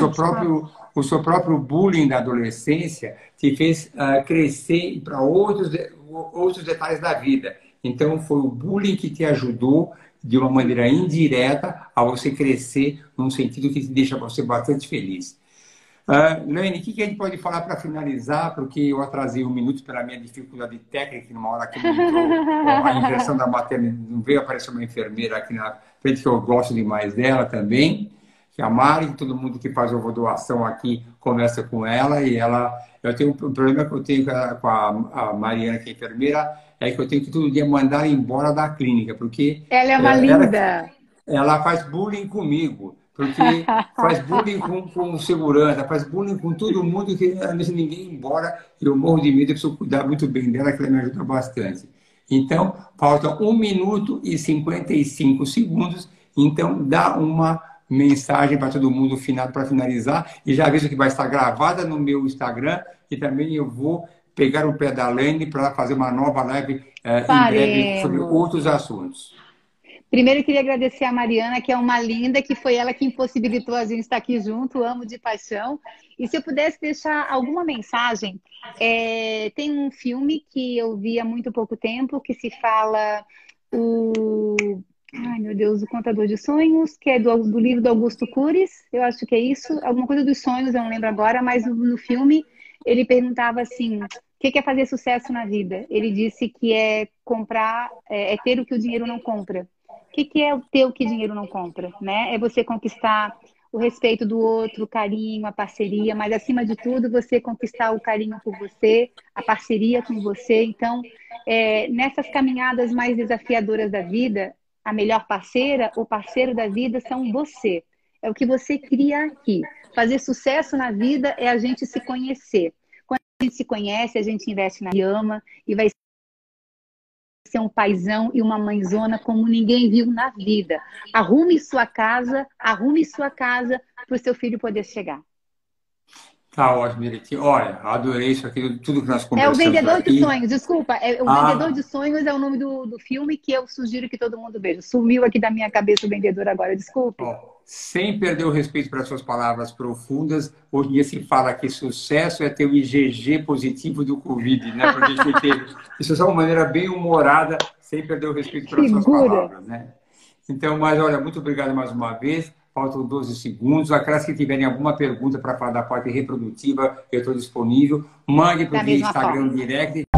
O seu próprio bullying da adolescência te fez crescer para outros detalhes da vida. Então, foi o bullying que te ajudou de uma maneira indireta a você crescer num sentido que te deixa você bastante feliz. Lane, o que a gente pode falar para finalizar? Porque eu atrasei um minuto pela minha dificuldade técnica, numa hora que não entrou a inversão da maternidade, não veio aparecer uma enfermeira aqui na frente, que eu gosto demais dela também, que é a Mari, todo mundo que faz doação aqui conversa com ela, e eu tenho um problema que eu tenho com a Mariana, que é enfermeira, é que eu tenho que todo dia mandar ela embora da clínica, porque Ela é uma linda. Ela faz bullying comigo. Porque faz bullying com segurança, faz bullying com todo mundo, que não deixa ninguém ir embora. Eu morro de medo, eu preciso cuidar muito bem dela, que ela me ajuda bastante. Então, falta 1 minuto e 55 segundos. Então, dá uma mensagem para todo mundo final para finalizar. E já aviso que vai estar gravada no meu Instagram. E também eu vou pegar o pé da Lane para fazer uma nova live em breve sobre outros assuntos. Primeiro, eu queria agradecer a Mariana, que é uma linda, que foi ela que impossibilitou a gente estar aqui junto, amo de paixão. E se eu pudesse deixar alguma mensagem, tem um filme que eu vi há muito pouco tempo, que se fala Ai, meu Deus, O Contador de Sonhos, que é do livro do Augusto Cury, eu acho que é isso, alguma coisa dos sonhos, eu não lembro agora, mas no filme ele perguntava assim, o que é fazer sucesso na vida? Ele disse que é comprar, é ter o que o dinheiro não compra. O que é ter o que dinheiro não compra, né? É você conquistar o respeito do outro, o carinho, a parceria, mas acima de tudo, você conquistar o carinho por você, a parceria com você. Então, nessas caminhadas mais desafiadoras da vida, a melhor parceira ou parceiro da vida são você. É o que você cria aqui. Fazer sucesso na vida é a gente se conhecer. Quando a gente se conhece, a gente investe na ama e vai ser um paizão e uma mãezona como ninguém viu na vida. Arrume sua casa para o seu filho poder chegar. Tá ótimo, direitinho. Olha, adorei isso aqui, tudo que nós conversamos aqui. É o Vendedor aqui. de Sonhos, desculpa. O Vendedor de Sonhos é o nome do filme que eu sugiro que todo mundo veja. Sumiu aqui da minha cabeça o Vendedor agora, desculpe. Sem perder o respeito para suas palavras profundas, hoje em dia se fala que sucesso é ter o IgG positivo do Covid, né? Porque a gente teve. Isso é só uma maneira bem humorada, sem perder o respeito pelas suas palavras, né? Então, mas olha, muito obrigado mais uma vez. Faltam 12 segundos. Aquelas que tiverem alguma pergunta para falar da parte reprodutiva, eu estou disponível. Mande para o Instagram direct.